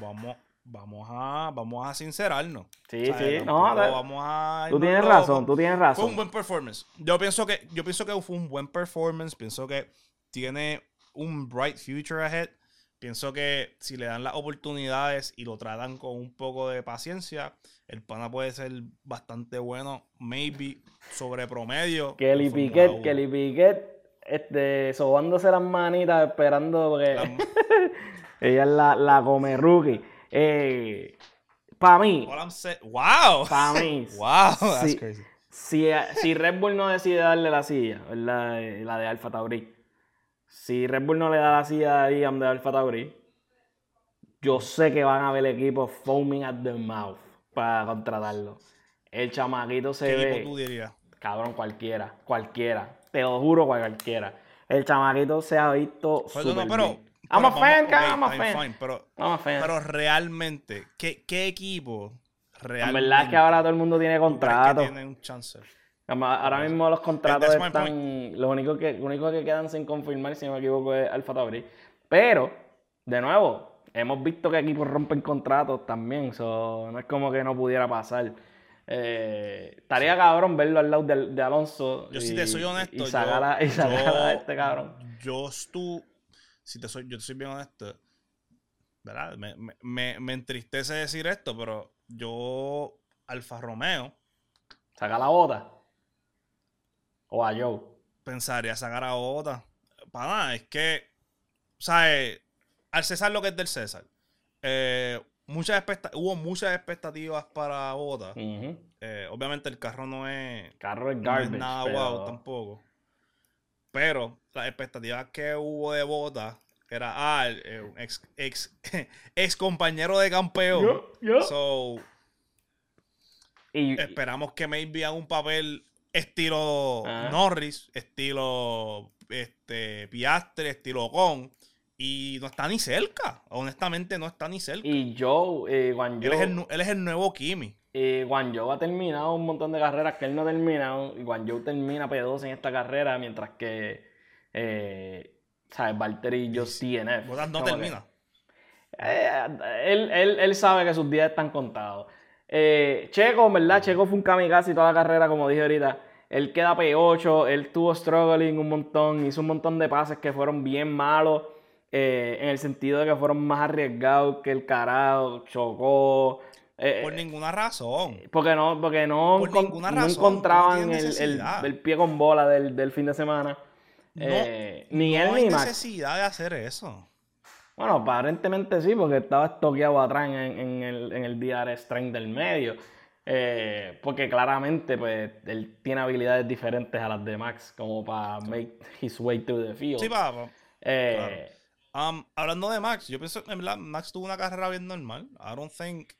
[SPEAKER 1] Vamos a sincerarnos.
[SPEAKER 2] Sí, sí. Tú tienes razón.
[SPEAKER 1] Fue un buen performance. Yo pienso que fue un buen performance. Pienso que tiene un bright future ahead. Pienso que si le dan las oportunidades y lo tratan con un poco de paciencia, el pana puede ser bastante bueno, maybe sobre promedio.
[SPEAKER 2] Kelly Piquet, sobándose las manitas, esperando porque ella es la come rookie. Para mí.
[SPEAKER 1] Wow.
[SPEAKER 2] Para mí.
[SPEAKER 1] Wow, that's crazy.
[SPEAKER 2] Si Red Bull no decide darle la silla, ¿verdad? La de Alfa Tauri. Si Red Bull no le da la silla a Liam de Alfa Tauri, yo sé que van a ver equipos foaming at the mouth para contratarlo. El chamaquito se ve...
[SPEAKER 1] ¿Qué equipo tú dirías?
[SPEAKER 2] Cabrón, cualquiera. Te lo juro, cualquiera. El chamaquito se ha visto súper bien. I'm a fan.
[SPEAKER 1] Pero realmente, ¿qué equipo realmente?
[SPEAKER 2] La verdad es que ahora todo el mundo tiene contratos.
[SPEAKER 1] Tiene un chance.
[SPEAKER 2] Ahora mismo los contratos están... Lo único que quedan sin confirmar, si no me equivoco, es Alfa Tauri. Pero, de nuevo, hemos visto que equipos rompen contratos también. No es como que no pudiera pasar. Estaría cabrón verlo al lado de Alonso.
[SPEAKER 1] Si te soy honesto.
[SPEAKER 2] Y sacar a este cabrón.
[SPEAKER 1] Si te soy bien honesto, ¿verdad? Me entristece decir esto, pero yo, Alfa Romeo...
[SPEAKER 2] ¿Saca la bota? ¿O a Joe?
[SPEAKER 1] Pensaría sacar a Bota. Para nada, es que, ¿sabes? Al César lo que es del César. Hubo muchas expectativas para Bota.
[SPEAKER 2] Uh-huh.
[SPEAKER 1] Obviamente el carro no es
[SPEAKER 2] garbage,
[SPEAKER 1] no es nada wow tampoco. Pero las expectativas que hubo de Bota era un ex compañero de campeón. So, esperamos que maybe haga un papel estilo Norris, estilo Piastri, estilo Ocon. Y no está ni cerca. Honestamente, no está ni cerca.
[SPEAKER 2] Y Joe,
[SPEAKER 1] Él es el nuevo Kimi.
[SPEAKER 2] Guanyu ha terminado un montón de carreras que él no ha terminado. Y Guanyu termina P12 en esta carrera, mientras que, ¿sabes? Valtteri y Just DNF.
[SPEAKER 1] Bottas no termina.
[SPEAKER 2] Él sabe que sus días están contados. Checo, en verdad, Checo fue un kamikaze toda la carrera, como dije ahorita. Él queda P8, él estuvo struggling un montón, hizo un montón de pases que fueron bien malos, en el sentido de que fueron más arriesgados que el carajo, chocó.
[SPEAKER 1] Por ninguna razón.
[SPEAKER 2] Porque no
[SPEAKER 1] Por ninguna
[SPEAKER 2] no
[SPEAKER 1] razón,
[SPEAKER 2] encontraban
[SPEAKER 1] no tienes necesidad.
[SPEAKER 2] el pie con bola del fin de semana.
[SPEAKER 1] No,
[SPEAKER 2] Ni él
[SPEAKER 1] no
[SPEAKER 2] ni
[SPEAKER 1] hay
[SPEAKER 2] Max.
[SPEAKER 1] necesidad de hacer eso.
[SPEAKER 2] Bueno, aparentemente sí, porque estaba estoqueado atrás en el DRS strength del medio. Porque claramente pues, él tiene habilidades diferentes a las de Max, como para make his way through the field.
[SPEAKER 1] Sí, papá.
[SPEAKER 2] Eh,
[SPEAKER 1] Claro. Hablando de Max, yo pienso en verdad Max tuvo una carrera bien normal. I don't think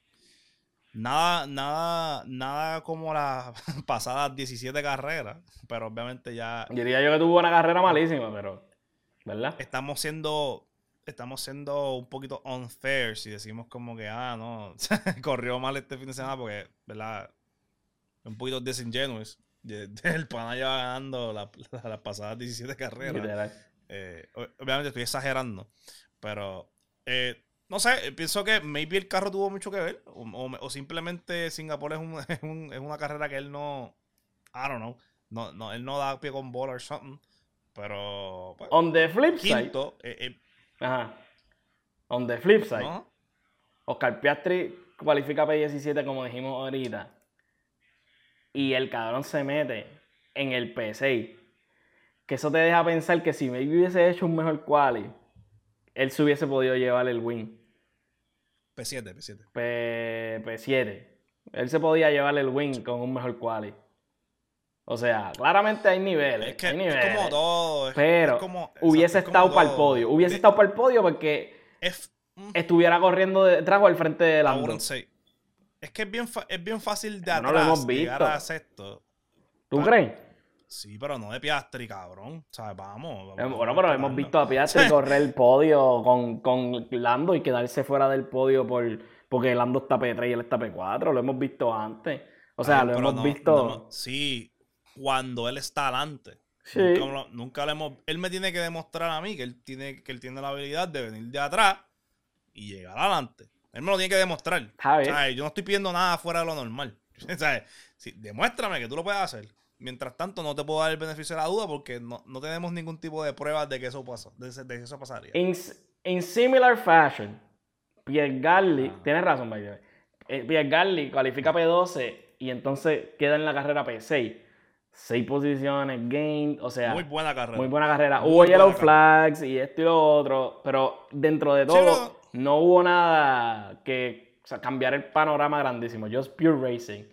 [SPEAKER 1] nada como las pasadas 17 carreras, pero obviamente ya
[SPEAKER 2] Diría yo que tuvo una carrera malísima, pero, ¿verdad?
[SPEAKER 1] estamos siendo un poquito unfair si decimos como que, no, corrió mal este fin de semana porque, ¿verdad? Un poquito disingenuous. El pana lleva ganando las pasadas 17 carreras.
[SPEAKER 2] Literal.
[SPEAKER 1] Obviamente estoy exagerando, pero no sé, pienso que maybe el carro tuvo mucho que ver, o simplemente Singapur es una carrera que él no, I don't know, no, él no da pie con bola or something, pero pues,
[SPEAKER 2] On the flip side.
[SPEAKER 1] quinto,
[SPEAKER 2] Ajá. On the flip side.
[SPEAKER 1] ¿no?
[SPEAKER 2] Oscar Piastri cualifica P17 como dijimos ahorita. Y el cabrón se mete en el P6. Que eso te deja pensar que si maybe hubiese hecho un mejor quali, él se hubiese podido llevar el win.
[SPEAKER 1] P7.
[SPEAKER 2] P7. Él se podía llevar el win con un mejor quali. O sea, claramente hay niveles.
[SPEAKER 1] Es que
[SPEAKER 2] hay niveles,
[SPEAKER 1] es como todo.
[SPEAKER 2] Pero
[SPEAKER 1] como,
[SPEAKER 2] hubiese
[SPEAKER 1] exacto, es
[SPEAKER 2] estado
[SPEAKER 1] como
[SPEAKER 2] para el
[SPEAKER 1] todo.
[SPEAKER 2] podio. Hubiese estado para el podio porque estuviera corriendo detrás o al frente de
[SPEAKER 1] I
[SPEAKER 2] Lando.
[SPEAKER 1] wouldn't say. Es que es bien fácil de
[SPEAKER 2] No lo
[SPEAKER 1] atrás
[SPEAKER 2] hemos
[SPEAKER 1] llegar
[SPEAKER 2] visto.
[SPEAKER 1] a sexto.
[SPEAKER 2] ¿Tú crees?
[SPEAKER 1] Sí, pero no de Piastri, cabrón. O sea, vamos
[SPEAKER 2] Bueno, pero hemos visto a Piastri correr el podio con Lando y quedarse fuera del podio porque Lando está P3 y él está P4. Lo hemos visto antes. O sea, lo hemos visto.
[SPEAKER 1] Sí, cuando él está adelante.
[SPEAKER 2] Sí.
[SPEAKER 1] Nunca lo hemos. Él me tiene que demostrar a mí que él tiene la habilidad de venir de atrás y llegar adelante. Él me lo tiene que demostrar. O sea, yo no estoy pidiendo nada fuera de lo normal. O sea, demuéstrame que tú lo puedes hacer. Mientras tanto, no te puedo dar el beneficio de la duda porque no tenemos ningún tipo de pruebas de que eso pasa, de que eso pasaría.
[SPEAKER 2] In similar fashion, Pierre Gasly, tienes razón, by the way. Pierre Gasly califica P12 y entonces queda en la carrera P6. 6 posiciones, gained, o sea.
[SPEAKER 1] Muy buena carrera.
[SPEAKER 2] Muy buena carrera. Hubo yellow flags y esto y lo otro, pero dentro de todo, no hubo nada que cambiar el panorama grandísimo. Just pure racing.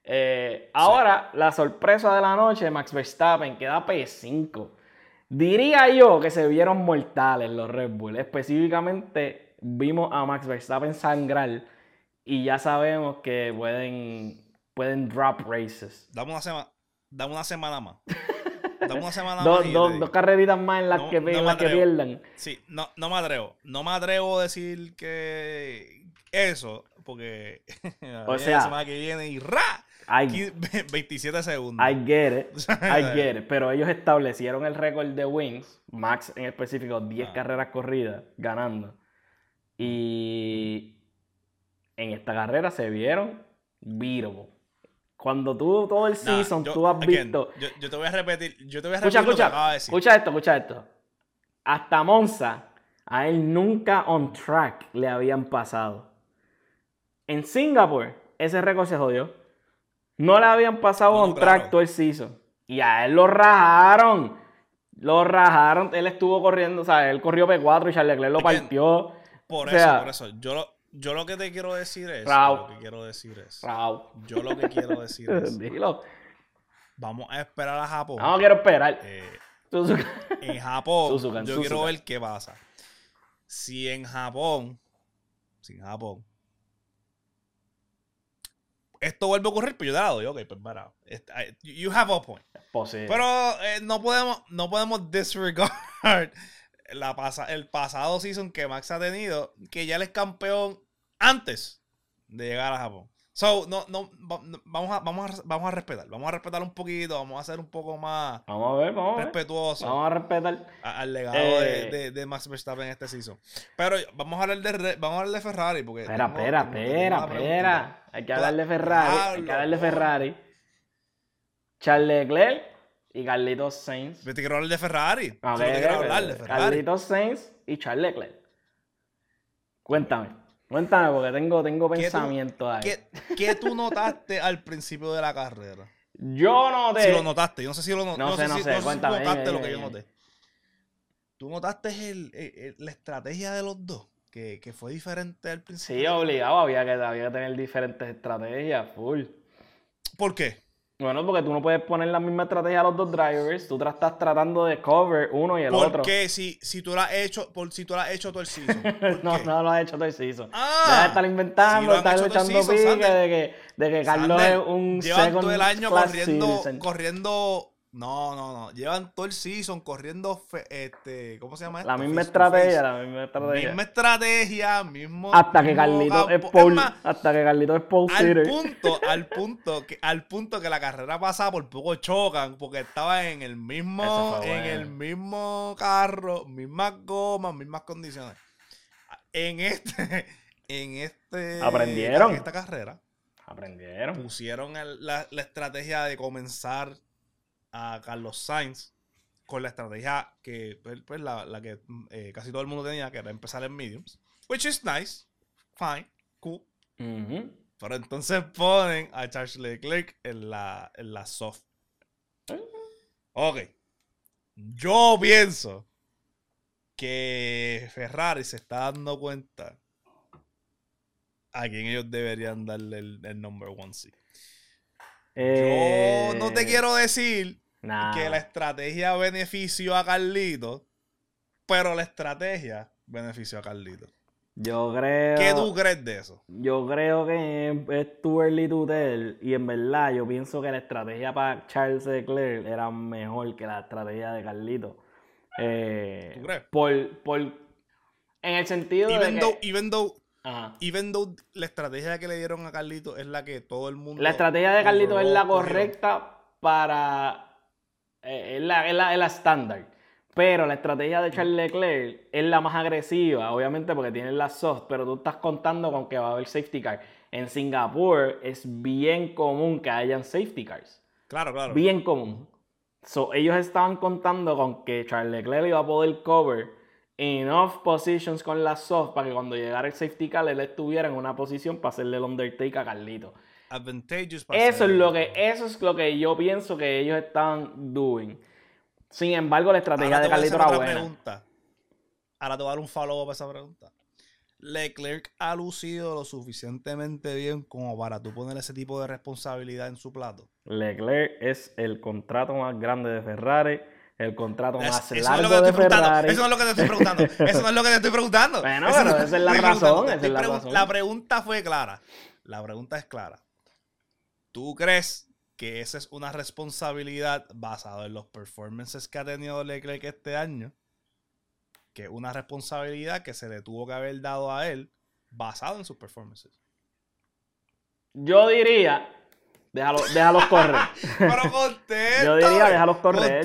[SPEAKER 2] Ahora, la sorpresa de la noche, Max Verstappen queda P5. Diría yo que se vieron mortales los Red Bull. Específicamente, vimos a Max Verstappen sangrar y ya sabemos que pueden drop races.
[SPEAKER 1] Dame una semana más. Dame una semana
[SPEAKER 2] más.
[SPEAKER 1] Dos
[SPEAKER 2] carreritas más en las que pierdan.
[SPEAKER 1] Sí, no me atrevo. No me atrevo a decir que eso, porque
[SPEAKER 2] o sea,
[SPEAKER 1] la semana que viene y ¡ra! 27 segundos.
[SPEAKER 2] I get it. Pero ellos establecieron el récord de wins, Max en específico, 10 carreras corridas, ganando. Y en esta carrera se vieron beatable. Cuando tú todo el season, tú has visto...
[SPEAKER 1] Yo te voy a repetir,
[SPEAKER 2] Escucha esto. Hasta Monza, a él nunca on track le habían pasado. En Singapur, ese récord se jodió. No le habían pasado on track todo el season. Y a él lo rajaron. Él estuvo corriendo, o sea, él corrió P4 y Charles Leclerc lo partió.
[SPEAKER 1] Por eso. Yo lo que te quiero decir es.
[SPEAKER 2] Dilo.
[SPEAKER 1] Vamos a esperar a Japón.
[SPEAKER 2] No quiero esperar.
[SPEAKER 1] En Japón, yo quiero ver qué pasa. Si en Japón. Esto vuelve a ocurrir, pues yo te la doy. Ok, pues para. You have a point.
[SPEAKER 2] Posible.
[SPEAKER 1] Pero no podemos disregard el pasado season que Max ha tenido, que ya él es campeón antes de llegar a Japón. O So, vamos a respetar. Vamos a respetar un poquito. Vamos a ser un poco más
[SPEAKER 2] Vamos a ver.
[SPEAKER 1] respetuosos
[SPEAKER 2] Vamos a respetar.
[SPEAKER 1] al legado de Max Verstappen en este season. Pero vamos a hablar de Ferrari. Porque
[SPEAKER 2] Espera. Hay que hablar de
[SPEAKER 1] Ferrari.
[SPEAKER 2] Ferrari. Charles Leclerc y Carlitos Sainz.
[SPEAKER 1] Yo te quiero hablar de Ferrari.
[SPEAKER 2] A
[SPEAKER 1] Solo te
[SPEAKER 2] ver,
[SPEAKER 1] quiero hablar de Ferrari.
[SPEAKER 2] Carlitos Sainz y Charles Leclerc. Cuéntame, porque tengo pensamiento ahí.
[SPEAKER 1] ¿Qué tú notaste al principio de la carrera?
[SPEAKER 2] Yo noté.
[SPEAKER 1] Si lo notaste, yo no sé si lo notaste.
[SPEAKER 2] No sé, cuéntame.
[SPEAKER 1] Si notaste lo que yo noté. ¿Tú notaste la estrategia de los dos? Que fue diferente al principio.
[SPEAKER 2] Sí, obligado, había que tener diferentes estrategias, full.
[SPEAKER 1] ¿Por qué?
[SPEAKER 2] Bueno, porque tú no puedes poner la misma estrategia a los dos drivers. Tú estás tratando de cover uno y el otro.
[SPEAKER 1] ¿Por qué? Si tú lo has hecho, todo el season.
[SPEAKER 2] No lo has hecho todo el season.
[SPEAKER 1] Ah,
[SPEAKER 2] Deja de estar inventando,
[SPEAKER 1] si
[SPEAKER 2] estar echando pique de que Carlos es un
[SPEAKER 1] llevan todo el año
[SPEAKER 2] citizen.
[SPEAKER 1] corriendo. No. Llevan todo el season corriendo. ¿Cómo se llama esto?
[SPEAKER 2] La misma estrategia.
[SPEAKER 1] Misma estrategia, mismo.
[SPEAKER 2] Hasta que Carlitos es pole. Hasta que Carlitos es pole sitter.
[SPEAKER 1] Al punto que la carrera pasada por poco chocan. Porque estaban en el mismo carro, mismas gomas, mismas condiciones.
[SPEAKER 2] Aprendieron.
[SPEAKER 1] En esta carrera. Pusieron la estrategia de comenzar a Carlos Sainz con la estrategia que pues, la que casi todo el mundo tenía, que era empezar en mediums, which is nice, fine, cool. Pero entonces ponen a Charles Leclerc en la soft. Ok, yo pienso que Ferrari se está dando cuenta a quién ellos deberían darle el number one seat. Yo no te quiero decir que la estrategia benefició a Carlito, pero la estrategia benefició a Carlito.
[SPEAKER 2] Yo creo...
[SPEAKER 1] ¿Qué tú crees de eso?
[SPEAKER 2] Yo creo que es too early to tell. Y en verdad yo pienso que la estrategia para Charles Leclerc era mejor que la estrategia de Carlito.
[SPEAKER 1] ¿Tú crees?
[SPEAKER 2] En el sentido
[SPEAKER 1] Even though la estrategia que le dieron a Carlito es la que todo el mundo...
[SPEAKER 2] La estrategia de Carlito es la correcta para... es la estándar. Pero la estrategia de Charles Leclerc es la más agresiva, obviamente porque tiene la soft, pero tú estás contando con que va a haber safety car. En Singapur es bien común que hayan safety cars.
[SPEAKER 1] Claro.
[SPEAKER 2] Bien común. Ellos estaban contando con que Charles Leclerc iba a poder cover enough positions con la soft para que cuando llegara el safety car él estuviera en una posición para hacerle el undertake a Carlito.
[SPEAKER 1] Advantageous.
[SPEAKER 2] Eso es lo que yo pienso que ellos estaban doing. Sin embargo, la estrategia de Carlito era buena.
[SPEAKER 1] Pregunta. Ahora te voy a dar un follow-up a esa pregunta. Leclerc ha lucido lo suficientemente bien como para tú poner ese tipo de responsabilidad en su plato.
[SPEAKER 2] Leclerc es el contrato más grande de Ferrari, el contrato más largo de Ferrari.
[SPEAKER 1] Eso no es lo que te estoy preguntando. Eso no es lo que te estoy preguntando.
[SPEAKER 2] Bueno, pero esa es la razón.
[SPEAKER 1] La pregunta fue clara. La pregunta es clara. ¿Tú crees que esa es una responsabilidad basada en los performances que ha tenido Leclerc este año? Que es una responsabilidad que se le tuvo que haber dado a él basado en sus performances.
[SPEAKER 2] Yo diría, déjalos correr.
[SPEAKER 1] Pero contesta.
[SPEAKER 2] Yo diría, déjalos correr.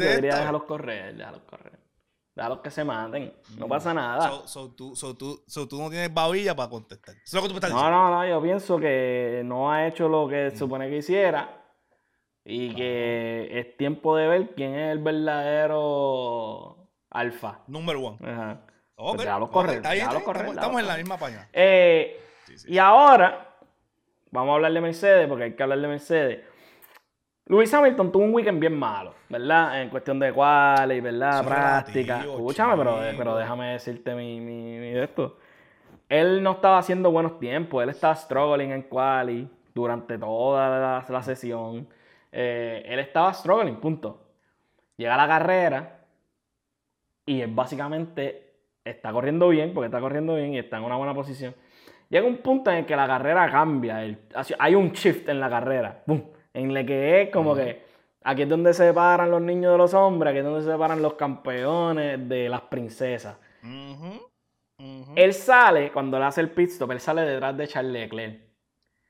[SPEAKER 2] Déjalos que se maten. No pasa nada.
[SPEAKER 1] Tú no tienes babilla para contestar. Eso es lo que tú me estás diciendo.
[SPEAKER 2] No. Yo pienso que no ha hecho lo que se supone que hiciera. Y que es tiempo de ver quién es el verdadero alfa.
[SPEAKER 1] Number one.
[SPEAKER 2] Ajá.
[SPEAKER 1] Okay.
[SPEAKER 2] Pues déjalos correr.
[SPEAKER 1] Estamos en la misma página.
[SPEAKER 2] Sí. Y ahora, vamos a hablar de Mercedes, porque hay que hablar de Mercedes. Lewis Hamilton tuvo un weekend bien malo, ¿verdad? En cuestión de quali, ¿verdad?
[SPEAKER 1] Eso
[SPEAKER 2] Práctica.
[SPEAKER 1] relativo,
[SPEAKER 2] Escúchame, pero déjame decirte mi de esto. Él no estaba haciendo buenos tiempos. Él estaba struggling en quali durante toda la sesión. Él estaba struggling, punto. Llega a la carrera y él básicamente está corriendo bien, porque está corriendo bien y está en una buena posición. Llega un punto en el que la carrera cambia. Hay un shift en la carrera. ¡Bum! En el que es como que aquí es donde se separan los niños de los hombres, aquí es donde se separan los campeones de las princesas. Él sale, cuando le hace el pit stop, él sale detrás de Charles Leclerc.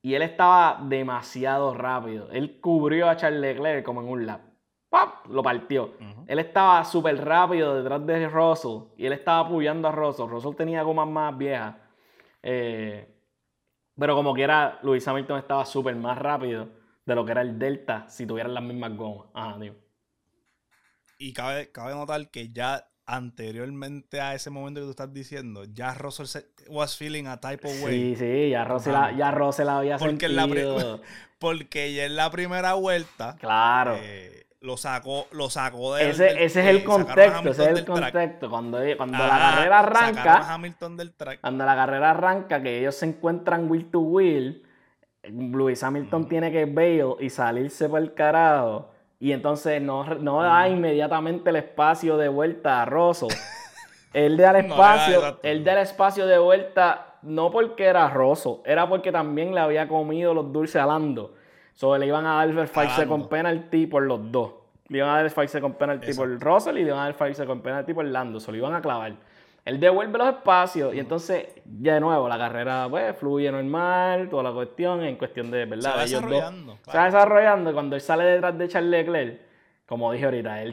[SPEAKER 2] y él estaba demasiado rápido. Él cubrió a Charles Leclerc como en un lap. ¡Pap! Lo partió.
[SPEAKER 1] Ujú.
[SPEAKER 2] Él estaba súper rápido detrás de Russell y él estaba apoyando a Russell. Russell tenía gomas más viejas. Eh, pero como quiera, Lewis Hamilton estaba súper más rápido de lo que era el Delta si tuvieran las mismas gomas. Ajá, tío.
[SPEAKER 1] Y cabe notar que ya anteriormente a ese momento que tú estás diciendo, ya Russell was feeling a type of way
[SPEAKER 2] Sí, sí,
[SPEAKER 1] con Hamilton.
[SPEAKER 2] Ya Russell había
[SPEAKER 1] Porque,
[SPEAKER 2] sentido.
[SPEAKER 1] porque ya en la primera vuelta
[SPEAKER 2] Claro.
[SPEAKER 1] lo sacó
[SPEAKER 2] Ese es el
[SPEAKER 1] sacaron a
[SPEAKER 2] contexto, ese
[SPEAKER 1] Hamilton
[SPEAKER 2] es el
[SPEAKER 1] del track.
[SPEAKER 2] contexto. Cuando la
[SPEAKER 1] Ajá,
[SPEAKER 2] carrera
[SPEAKER 1] sacaron a
[SPEAKER 2] arranca,
[SPEAKER 1] Hamilton del track.
[SPEAKER 2] cuando la carrera arranca, que ellos se encuentran wheel to wheel, Lewis Hamilton
[SPEAKER 1] Ujú.
[SPEAKER 2] tiene que bail y salirse por el carajo. Y entonces no da inmediatamente el espacio de vuelta a Russell.
[SPEAKER 1] No le da exacto.
[SPEAKER 2] Él da el espacio de vuelta no porque era Russell, era porque también le había comido los dulces a Lando. So, le iban a dar el 5 second
[SPEAKER 1] Alando.
[SPEAKER 2] penalty por los dos. Le iban a dar el 5 second penalty por
[SPEAKER 1] Exacto.
[SPEAKER 2] Russell y le iban a dar el 5 second penalty por Lando. Se lo iban a clavar. Él devuelve los espacios y
[SPEAKER 1] Ujú.
[SPEAKER 2] entonces, ya de nuevo, la carrera pues, fluye normal, toda la cuestión, en cuestión de,
[SPEAKER 1] Se
[SPEAKER 2] ¿verdad?
[SPEAKER 1] va
[SPEAKER 2] De ellos dos.
[SPEAKER 1] desarrollando,
[SPEAKER 2] Se va
[SPEAKER 1] claro.
[SPEAKER 2] desarrollando y cuando él sale detrás de Charles Leclerc, como dije ahorita,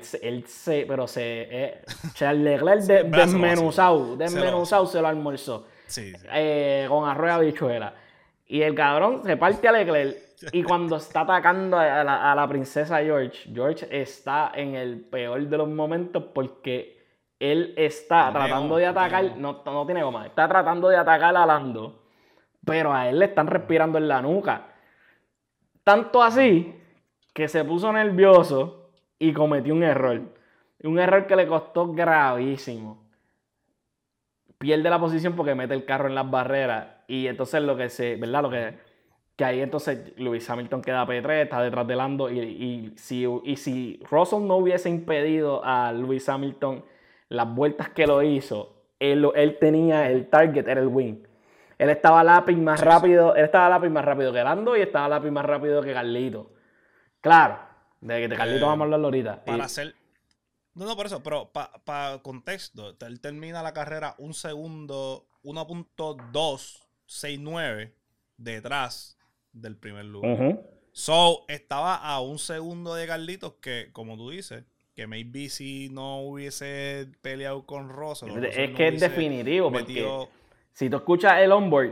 [SPEAKER 2] Charles Leclerc
[SPEAKER 1] ¿Verdad? Se lo vaciló. Se lo
[SPEAKER 2] desmenuzado
[SPEAKER 1] vaciló.
[SPEAKER 2] se lo almorzó.
[SPEAKER 1] Sí, sí.
[SPEAKER 2] Con arroz y habichuela. Y el cabrón se parte a Leclerc y cuando está atacando a la princesa George está en el peor de los momentos porque él está
[SPEAKER 1] No tiene
[SPEAKER 2] tratando
[SPEAKER 1] goma,
[SPEAKER 2] de
[SPEAKER 1] no tiene
[SPEAKER 2] atacar,
[SPEAKER 1] goma.
[SPEAKER 2] no tiene goma, está tratando de atacar a Lando, pero a él le están respirando en la nuca. Tanto así que se puso nervioso y cometió un error. Un error que le costó gravísimo. Pierde la posición porque mete el carro en las barreras. Y entonces ¿verdad? Que ahí entonces Lewis Hamilton queda P3, está detrás de Lando. Si Russell no hubiese impedido a Lewis Hamilton las vueltas que lo hizo, él tenía el target, era el win. Él estaba
[SPEAKER 1] Sí, sí.
[SPEAKER 2] él estaba lápiz más rápido que Lando y estaba lápiz más rápido que Carlito. Claro, de Carlito vamos a hablarlo ahorita.
[SPEAKER 1] Para hacer. No, no, por eso, pero para contexto, él termina la carrera un segundo, 1.269 detrás del primer lugar.
[SPEAKER 2] Ujú.
[SPEAKER 1] So, estaba a un segundo de Carlitos que, como tú dices, que maybe si no hubiese peleado con Russell o
[SPEAKER 2] Es
[SPEAKER 1] Russell no
[SPEAKER 2] que es
[SPEAKER 1] hubiese
[SPEAKER 2] definitivo, porque
[SPEAKER 1] metido.
[SPEAKER 2] si tú escuchas el onboard,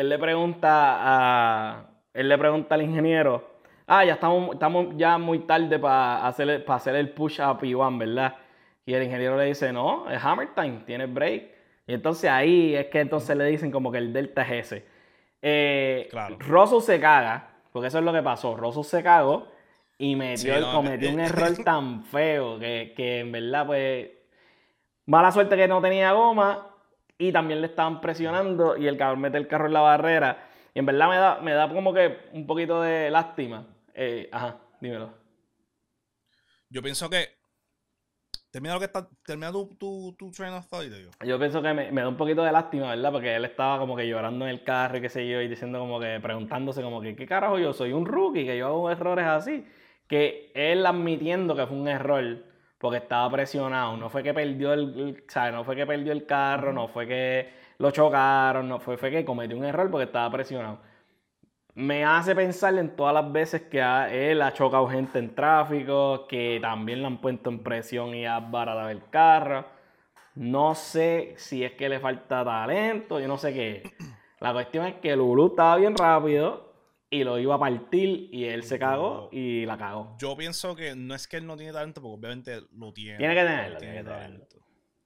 [SPEAKER 2] él le pregunta al ingeniero, ya estamos ya muy tarde para hacer el push a P1, ¿verdad? Y el ingeniero le dice, no, es hammer time, tienes break. Y entonces ahí es que entonces le dicen como que el delta es ese.
[SPEAKER 1] Claro.
[SPEAKER 2] Russell se caga, porque eso es lo que pasó. Russell se cagó y
[SPEAKER 1] Sí, no.
[SPEAKER 2] cometió un error tan feo que en verdad, pues, mala suerte que no tenía goma y también le estaban presionando y el cabrón mete el carro en la barrera. Y en verdad me da como que un poquito de lástima. Ajá, dímelo.
[SPEAKER 1] Yo pienso que. Termina tu train of thought, digo.
[SPEAKER 2] Yo pienso que me da un poquito de lástima, ¿verdad? Porque él estaba como que llorando en el carro y qué sé yo, y diciendo como que, preguntándose como que, ¿qué carajo yo soy? Un rookie, que yo hago errores así. Que él admitiendo que fue un error porque estaba presionado. No fue que perdió ¿sabes? No fue que perdió el carro, no fue que lo chocaron, fue que cometió un error porque estaba presionado. Me hace pensar en todas las veces que él ha chocado gente en tráfico, que también le han puesto en presión y ha baratado el carro. No sé si es que le falta talento, yo no sé qué. La cuestión es que Lulu estaba bien rápido y lo iba a partir y él se cagó
[SPEAKER 1] Yo,
[SPEAKER 2] y la cagó.
[SPEAKER 1] yo pienso que no es que él no tiene talento, porque obviamente lo
[SPEAKER 2] Tiene
[SPEAKER 1] tiene.
[SPEAKER 2] que
[SPEAKER 1] Él
[SPEAKER 2] tenerlo, tiene que
[SPEAKER 1] tiene
[SPEAKER 2] tenerlo.
[SPEAKER 1] talento.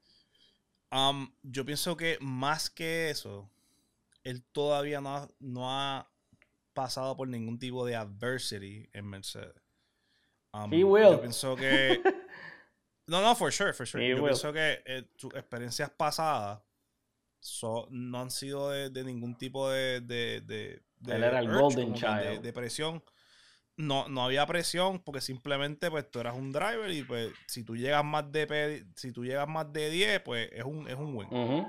[SPEAKER 1] Yo pienso que más que eso, él todavía no ha pasado por ningún tipo de adversity en Mercedes.
[SPEAKER 2] He
[SPEAKER 1] Yo
[SPEAKER 2] will.
[SPEAKER 1] pienso que. No, no, for sure, for sure.
[SPEAKER 2] He
[SPEAKER 1] Yo
[SPEAKER 2] will.
[SPEAKER 1] pienso que sus experiencias pasadas no han sido de ningún tipo
[SPEAKER 2] Él
[SPEAKER 1] de
[SPEAKER 2] era el
[SPEAKER 1] urge,
[SPEAKER 2] golden
[SPEAKER 1] como que
[SPEAKER 2] child.
[SPEAKER 1] de presión. No había presión porque simplemente pues tú eras un driver y pues si tú llegas si tú llegas más de 10 pues es un win.
[SPEAKER 2] Ujú.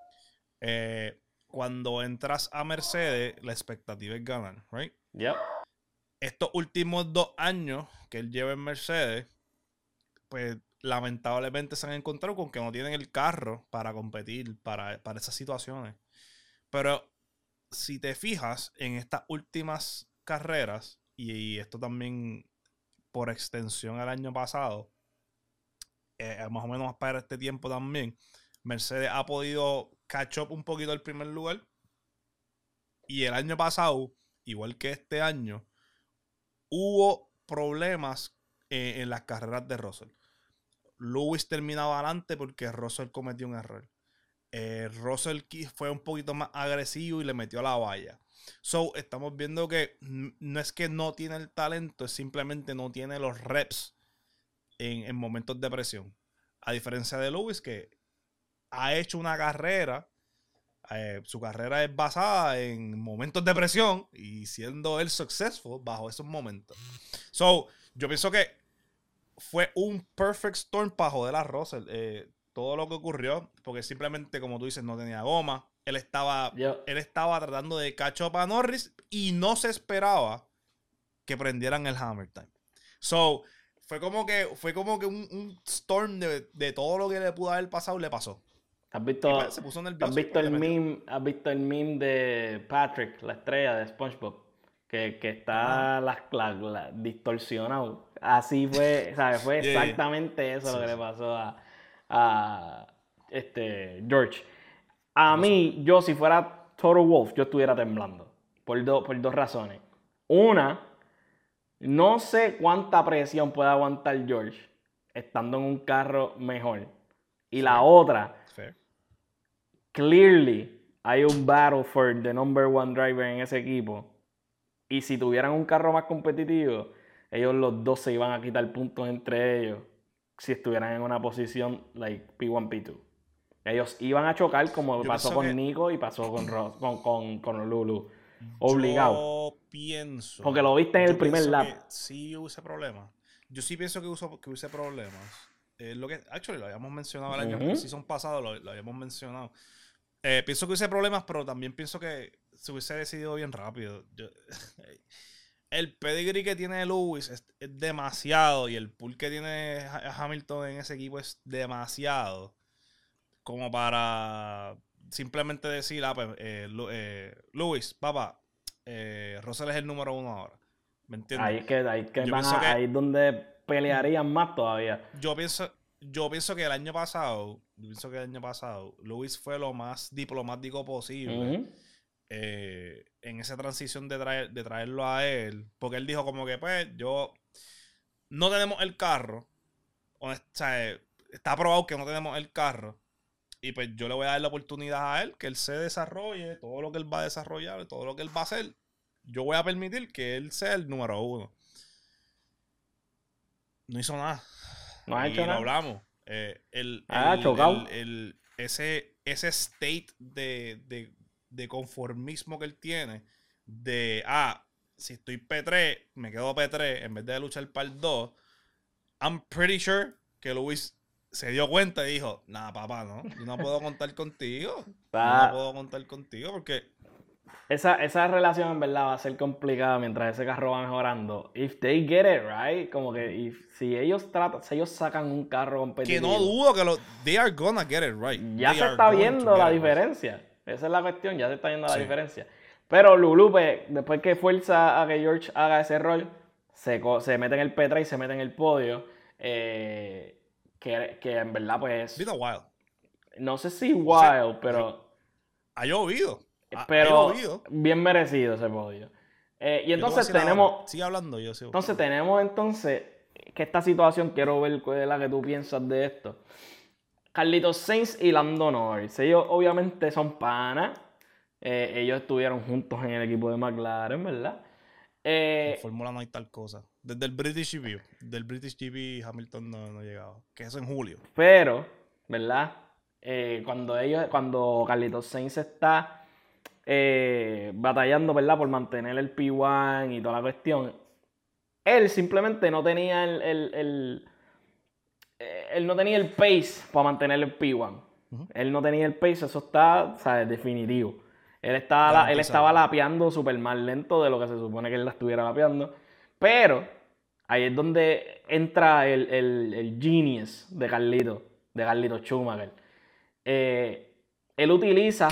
[SPEAKER 1] Cuando entras a Mercedes la expectativa es ganar, right?
[SPEAKER 2] Yep.
[SPEAKER 1] Estos últimos 2 años que él lleva en Mercedes pues lamentablemente se han encontrado con que no tienen el carro para competir para esas situaciones. Pero si te fijas en estas últimas carreras, y esto también por extensión al año pasado, más o menos para este tiempo también, Mercedes ha podido catch up un poquito el primer lugar. Y el año pasado, igual que este año, hubo problemas en las carreras de Russell. Lewis terminaba adelante porque Russell cometió un error. Russell fue un poquito más agresivo y le metió a la valla. So, estamos viendo que no es que no tiene el talento, es simplemente no tiene los reps en momentos de presión. A diferencia de Lewis, que ha hecho una carrera, su carrera es basada en momentos de presión y siendo él successful bajo esos momentos. So, yo pienso que fue un perfect storm para joder a Russell. Todo lo que ocurrió, porque simplemente, como tú dices, no tenía goma. Él estaba tratando de catch up a Norris y no se esperaba que prendieran el Hammer Time. So, fue como que un storm de todo lo que le pudo haber pasado, le pasó.
[SPEAKER 2] ¿Has visto,
[SPEAKER 1] pues, se puso nervioso
[SPEAKER 2] ¿has visto el meme de Patrick, la estrella de SpongeBob? Que está distorsionado. Así fue, ¿sabes? Fue exactamente eso lo que le pasó a George. A mí, yo si fuera Toto Wolff, yo estuviera temblando. Por dos razones. Una, no sé cuánta presión puede aguantar George estando en un carro mejor. Y la otra, clearly hay un battle for the number one driver en ese equipo. Y si tuvieran un carro más competitivo, ellos los dos se iban a quitar puntos entre ellos si estuvieran en una posición like P1, P2. Ellos iban a chocar como pasó con Nico y pasó con Lulu. Obligado.
[SPEAKER 1] Yo pienso.
[SPEAKER 2] Porque lo viste en el primer lap.
[SPEAKER 1] Sí hubiese problemas. Yo sí pienso que hubiese problemas. Lo que, actually, lo habíamos mencionado el año season pasado, lo habíamos mencionado. Pienso que hubiese problemas, pero también pienso que se hubiese decidido bien rápido. El pedigree que tiene Lewis es demasiado y el pool que tiene Hamilton en ese equipo es demasiado como para simplemente decir, Lewis, papá, Russell es el número 1 ahora. ¿Me entiendes?
[SPEAKER 2] Ahí es donde pelearían más todavía.
[SPEAKER 1] Yo pienso que el año pasado, Lewis fue lo más diplomático posible en esa transición de traerlo a él. Porque él dijo como que, pues, no tenemos el carro. O sea, está probado que no tenemos el carro. Y pues yo le voy a dar la oportunidad a él, que él se desarrolle, todo lo que él va a desarrollar, todo lo que él va a hacer. Yo voy a permitir que él sea el número 1. No hizo nada.
[SPEAKER 2] No ha hecho nada.
[SPEAKER 1] Lo hablamos.
[SPEAKER 2] Chocado.
[SPEAKER 1] Ese state de conformismo que él tiene, si estoy P3, me quedo P3 en vez de luchar para el 2. I'm pretty sure que Luis se dio cuenta y dijo, nada, papá, no, yo no puedo contar contigo. No puedo contar contigo porque...
[SPEAKER 2] Esa relación en verdad va a ser complicada mientras ese carro va mejorando. If they get it right, como que si ellos sacan un carro competitivo.
[SPEAKER 1] Que no dudo que they are gonna get it right.
[SPEAKER 2] Ya se está viendo la diferencia. Esa es la cuestión, ya se está viendo la diferencia. Pero Lulu, pues, después que fuerza a que George haga ese rol, se mete en el P3 y se mete en el podio. Que en verdad, pues...
[SPEAKER 1] Been a while.
[SPEAKER 2] No sé si wild, pero...
[SPEAKER 1] Ha llovido.
[SPEAKER 2] Pero bien merecido ese podio. Y entonces tenemos...
[SPEAKER 1] Sigue hablando yo.
[SPEAKER 2] Entonces tenemos que esta situación, quiero ver cuál es la que tú piensas de esto. Carlitos Sainz y Lando Norris. Ellos obviamente son panas. Ellos estuvieron juntos en el equipo de McLaren, ¿verdad?
[SPEAKER 1] En Fórmula no hay tal cosa. Desde el British GP. Del British GP Hamilton no llegaba. Que eso en julio.
[SPEAKER 2] Pero, ¿verdad? Cuando Carlitos Sainz está batallando, ¿verdad? Por mantener el P1 y toda la cuestión. Él simplemente no tenía él no tenía el pace para mantener el P1. Él no tenía el pace, eso está, ¿sabes? Definitivo. Él estaba lapeando súper más lento de lo que se supone que él la estuviera lapeando. Pero ahí es donde entra el genius de Carlitos Schumacher. él utiliza,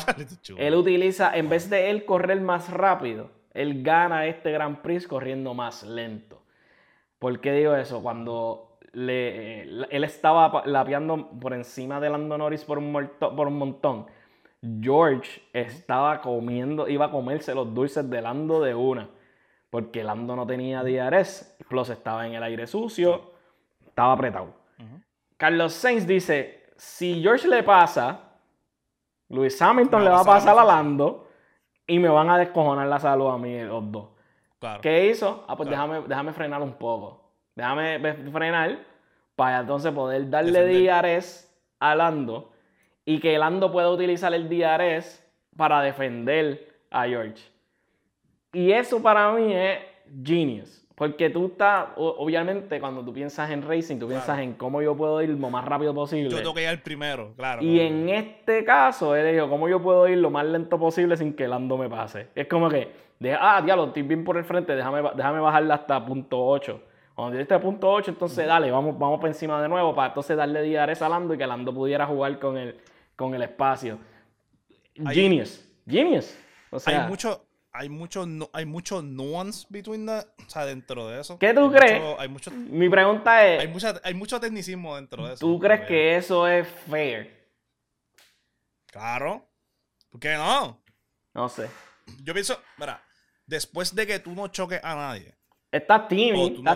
[SPEAKER 2] en vez de él correr más rápido, él gana este Grand Prix corriendo más lento. ¿Por qué digo eso? Cuando él estaba lapeando por encima de Lando Norris por un montón, George iba a comerse los dulces de Lando de una. Porque Lando no tenía DRS, plus estaba en el aire sucio, estaba apretado. Carlos Sainz dice, si George le pasa, Lewis Hamilton le va a pasar a Lando y me van a descojonar la salud a mí los dos.
[SPEAKER 1] Claro.
[SPEAKER 2] ¿Qué hizo? Pues
[SPEAKER 1] claro.
[SPEAKER 2] déjame frenar un poco. Déjame frenar para entonces poder darle DRS a Lando y que Lando pueda utilizar el DRS para defender a George. Y eso para mí es genius. Porque tú estás, obviamente, cuando tú piensas en racing, tú piensas en cómo yo puedo ir lo más rápido posible.
[SPEAKER 1] Yo tengo que ir el primero, claro.
[SPEAKER 2] Y en este caso, él dijo, ¿cómo yo puedo ir lo más lento posible sin que Lando me pase? Es como que, diablo, estoy bien por el frente, déjame bajarla hasta punto 8. Cuando yo esté a punto 8, entonces dale, vamos por encima de nuevo para entonces darle DRS a Lando y que Lando pudiera jugar con el espacio. Genius. O sea,
[SPEAKER 1] hay mucho nuance between that, o sea, dentro de eso.
[SPEAKER 2] ¿Qué tú crees? Mi pregunta es...
[SPEAKER 1] Hay mucho tecnicismo dentro de eso.
[SPEAKER 2] ¿Tú crees que eso es fair?
[SPEAKER 1] Claro. ¿Por qué no?
[SPEAKER 2] No sé.
[SPEAKER 1] Yo pienso, mira, después de que tú no choques a nadie.
[SPEAKER 2] Estás teaming.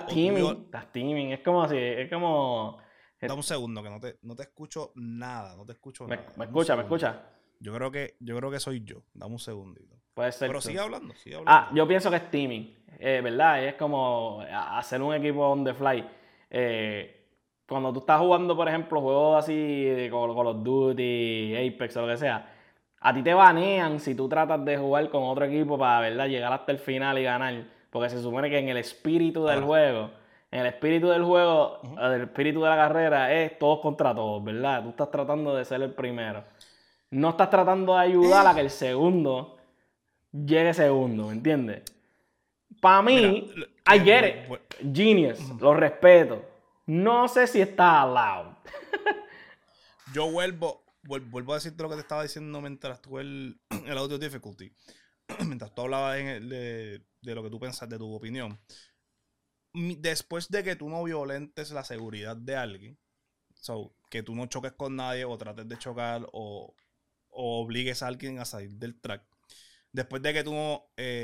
[SPEAKER 2] Es como así, es como...
[SPEAKER 1] Dame un segundo, que no te escucho nada. No te escucho nada.
[SPEAKER 2] ¿Me escucha?
[SPEAKER 1] Yo creo que soy yo. Dame un segundito.
[SPEAKER 2] Puede ser.
[SPEAKER 1] Pero sigue hablando.
[SPEAKER 2] Yo pienso que es teaming, ¿verdad? Es como hacer un equipo on the fly. Cuando tú estás jugando, por ejemplo, juegos así como Call of Duty, Apex o lo que sea, a ti te banean si tú tratas de jugar con otro equipo para, ¿verdad?, llegar hasta el final y ganar. Porque se supone que en el espíritu del juego, el espíritu de la carrera es todos contra todos, ¿verdad? Tú estás tratando de ser el primero. No estás tratando de ayudar a que el segundo llegue segundo, ¿me entiendes? Para mí, I get it. Genius, lo respeto. No sé si está allowed.
[SPEAKER 1] Yo vuelvo a decirte lo que te estaba diciendo mientras tuve el audio difficulty. Mientras tú hablabas de lo que tú pensas, de tu opinión. Después de que tú no violentes la seguridad de alguien, que tú no choques con nadie o trates de chocar o obligues a alguien a salir del track, después de que tú no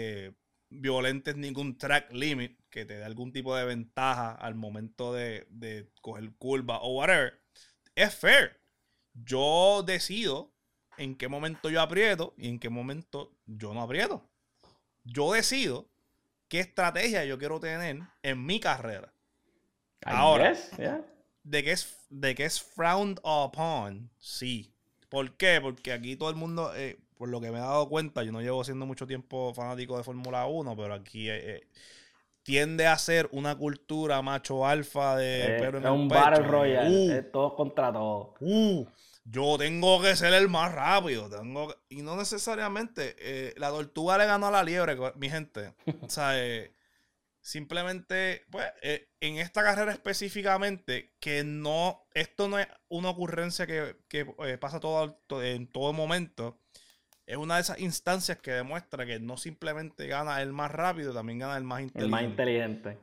[SPEAKER 1] violentes ningún track limit que te dé algún tipo de ventaja al momento de coger curva o whatever, es fair. Yo decido en qué momento yo aprieto y en qué momento yo no aprieto. Yo decido qué estrategia yo quiero tener en mi carrera. Ahora, de que es frowned upon, sí. ¿Por qué? Porque aquí todo el mundo, por lo que me he dado cuenta, yo no llevo siendo mucho tiempo fanático de Fórmula 1, pero aquí tiende a ser una cultura macho alfa de
[SPEAKER 2] pelo en el pecho. Battle Royale, todos contra todos.
[SPEAKER 1] Yo tengo que ser el más rápido. Y no necesariamente. La tortuga le ganó a la liebre, mi gente. O sea, simplemente, pues, en esta carrera específicamente, esto no es una ocurrencia que pasa en todo momento. Es una de esas instancias que demuestra que no simplemente gana el más rápido, también gana el más inteligente.
[SPEAKER 2] El más inteligente.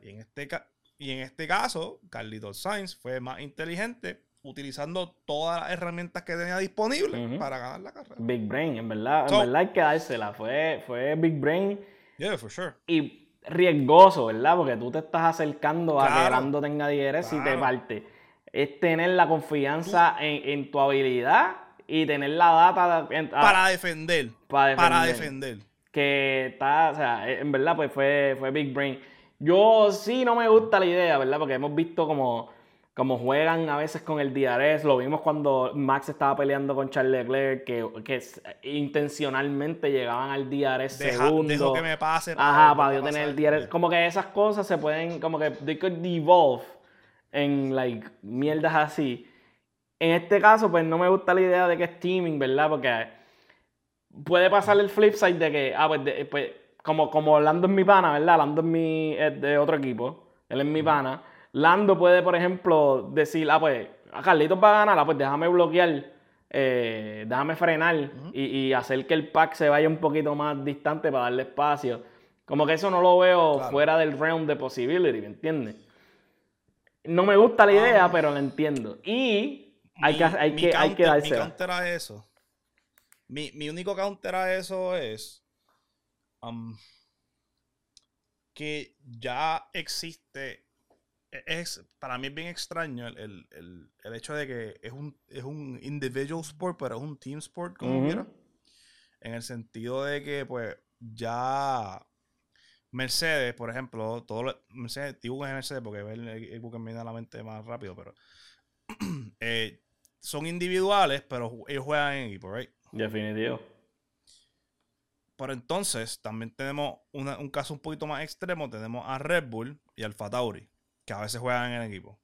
[SPEAKER 1] Y en este caso, Carlitos Sainz fue más inteligente, utilizando todas las herramientas que tenía disponibles para ganar la carrera.
[SPEAKER 2] Big Brain, en verdad hay que dársela. Fue Big Brain.
[SPEAKER 1] Yeah, for sure.
[SPEAKER 2] Y riesgoso, ¿verdad? Porque tú te estás acercando a que Lando tenga DRS y te parte. Es tener la confianza en tu habilidad y tener la data
[SPEAKER 1] para defender. Para defender.
[SPEAKER 2] Que está, o sea, en verdad, pues fue Big Brain. Yo sí no me gusta la idea, ¿verdad? Porque hemos visto como juegan a veces con el DRS. Lo vimos cuando Max estaba peleando con Charles Leclerc, que intencionalmente llegaban al DRS segundo.
[SPEAKER 1] Dejo que me pase.
[SPEAKER 2] Para yo tener el DRS. Como que esas cosas se pueden, como que they could devolve en, mierdas así. En este caso, pues no me gusta la idea de que es teaming, ¿verdad? Porque puede pasar el flip side de que, pues como Lando es mi pana, ¿verdad? Lando es de otro equipo. Él es mi pana. Lando puede, por ejemplo, decir, pues a Carlitos va a ganar, pues déjame bloquear déjame frenar y hacer que el pack se vaya un poquito más distante para darle espacio. Como que eso no lo veo fuera del realm de possibility, ¿me entiendes? No me gusta la idea, pero la entiendo. Y hay que dársela.
[SPEAKER 1] Mi counter a eso. Mi único counter a eso es que ya existe. Para mí es bien extraño el hecho de que es un individual sport, pero es un team sport, como quiera. En el sentido de que, pues, ya Mercedes, por ejemplo, Mercedes, digo es Mercedes porque es el que me viene a la mente más rápido, pero son individuales, pero ellos juegan en equipo, ¿right?
[SPEAKER 2] Definitivo.
[SPEAKER 1] Pero entonces también tenemos un caso un poquito más extremo. Tenemos a Red Bull y Alfa Tauri, que a veces juegan en equipo.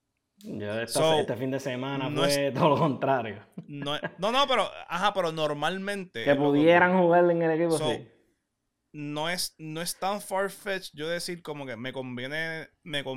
[SPEAKER 2] Este fin de semana fue todo lo contrario.
[SPEAKER 1] No, pero normalmente...
[SPEAKER 2] Que pudieran jugar en el equipo, sí.
[SPEAKER 1] No es tan far-fetched yo decir como que me conviene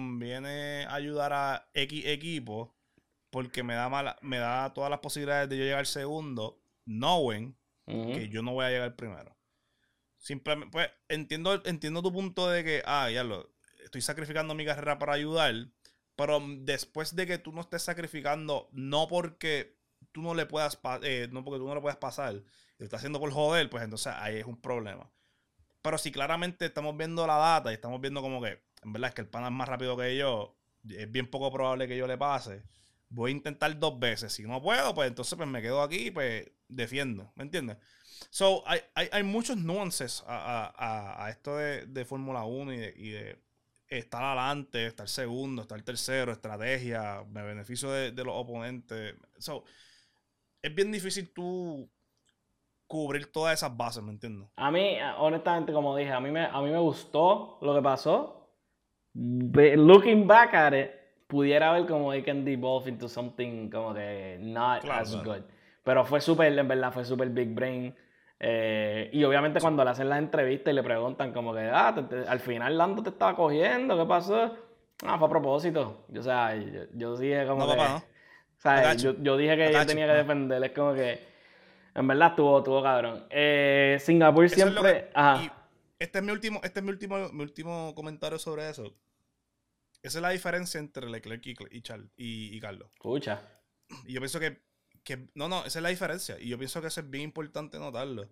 [SPEAKER 1] ayudar a X equipo porque me da todas las posibilidades de yo llegar segundo, knowing que yo no voy a llegar primero. Simplemente, pues, entiendo tu punto de que, estoy sacrificando mi carrera para ayudar, pero después de que tú no estés sacrificando, no porque tú no le puedas pasar, lo estás haciendo por joder, pues entonces ahí es un problema. Pero si claramente estamos viendo la data y estamos viendo como que, en verdad, es que el pana es más rápido que yo, es bien poco probable que yo le pase, voy a intentar 2 veces. Si no puedo, pues entonces pues me quedo aquí y pues defiendo, ¿me entiendes? So, hay muchos nuances a esto de Fórmula 1 y de estar adelante, estar segundo, estar tercero, estrategia, beneficio de los oponentes. So, es bien difícil tú cubrir todas esas bases, ¿me entiendes?
[SPEAKER 2] A mí, honestamente, como dije, a mí me gustó lo que pasó. Looking back at it, pudiera ver como it can devolve into something como que not as good. Pero fue súper, en verdad, fue súper big brain. Y obviamente cuando le hacen las entrevistas y le preguntan como que, al final Lando te estaba cogiendo, ¿qué pasó? Fue a propósito. Yo dije como que...
[SPEAKER 1] Papá, ¿no?
[SPEAKER 2] O sea, yo dije que yo tenía que defender. Es como que... En verdad estuvo cabrón. Singapur siempre...
[SPEAKER 1] Y este es mi último comentario sobre eso. Esa es la diferencia entre Leclerc y Carlos.
[SPEAKER 2] Escucha.
[SPEAKER 1] Y yo pienso que esa es la diferencia. Y yo pienso que eso es bien importante notarlo.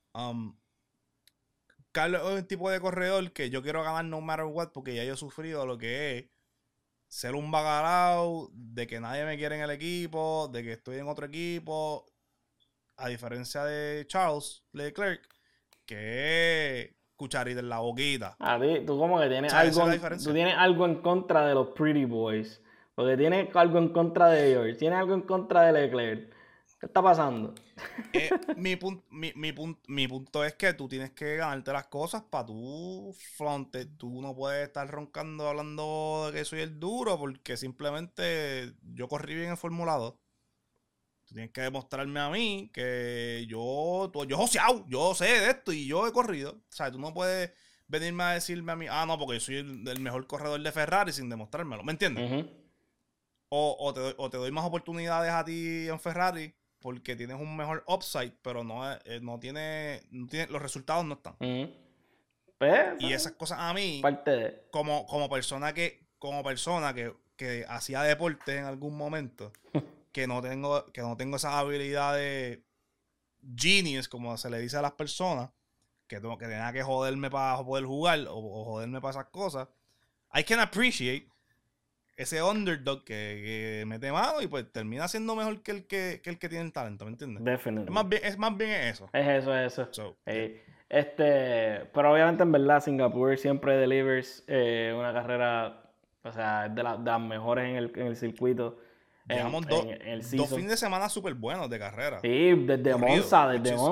[SPEAKER 1] Carlos es un tipo de corredor que yo quiero ganar no matter what, porque ya yo he sufrido lo que es ser un bacalao, de que nadie me quiere en el equipo, de que estoy en otro equipo. A diferencia de Charles Leclerc, que es cucharita en la boquita.
[SPEAKER 2] Tú como que tienes tú tienes algo en contra de los Pretty Boys. Porque tienes algo en contra de ellos. Tienes algo en contra de Leclerc. ¿Qué está pasando?
[SPEAKER 1] Mi punto es que tú tienes que ganarte las cosas para tu fronte. Tú no puedes estar roncando hablando de que soy el duro porque simplemente yo corrí bien en Fórmula 2. Tú tienes que demostrarme a mí que yo yo sé de esto y yo he corrido. O sea, tú no puedes venirme a decirme a mí, no, porque yo soy el mejor corredor de Ferrari sin demostrármelo. ¿Me entiendes? O te doy más oportunidades a ti en Ferrari porque tienes un mejor upside, pero no tiene los resultados no están. Y esas cosas a mí, como persona que hacía deporte en algún momento, que no tengo esas habilidades genius, como se le dice a las personas, que tenga que joderme para poder jugar o joderme para esas cosas. I can appreciate ese underdog que mete mano y pues termina siendo mejor que el que tiene el talento, ¿me entiendes?
[SPEAKER 2] Definitely.
[SPEAKER 1] Es más bien eso.
[SPEAKER 2] Es eso. So, pero obviamente en verdad Singapur siempre delivers una carrera, o sea, de las mejores en el circuito.
[SPEAKER 1] Llevamos 2 fines de semana súper buenos de carrera.
[SPEAKER 2] Sí, desde Monza.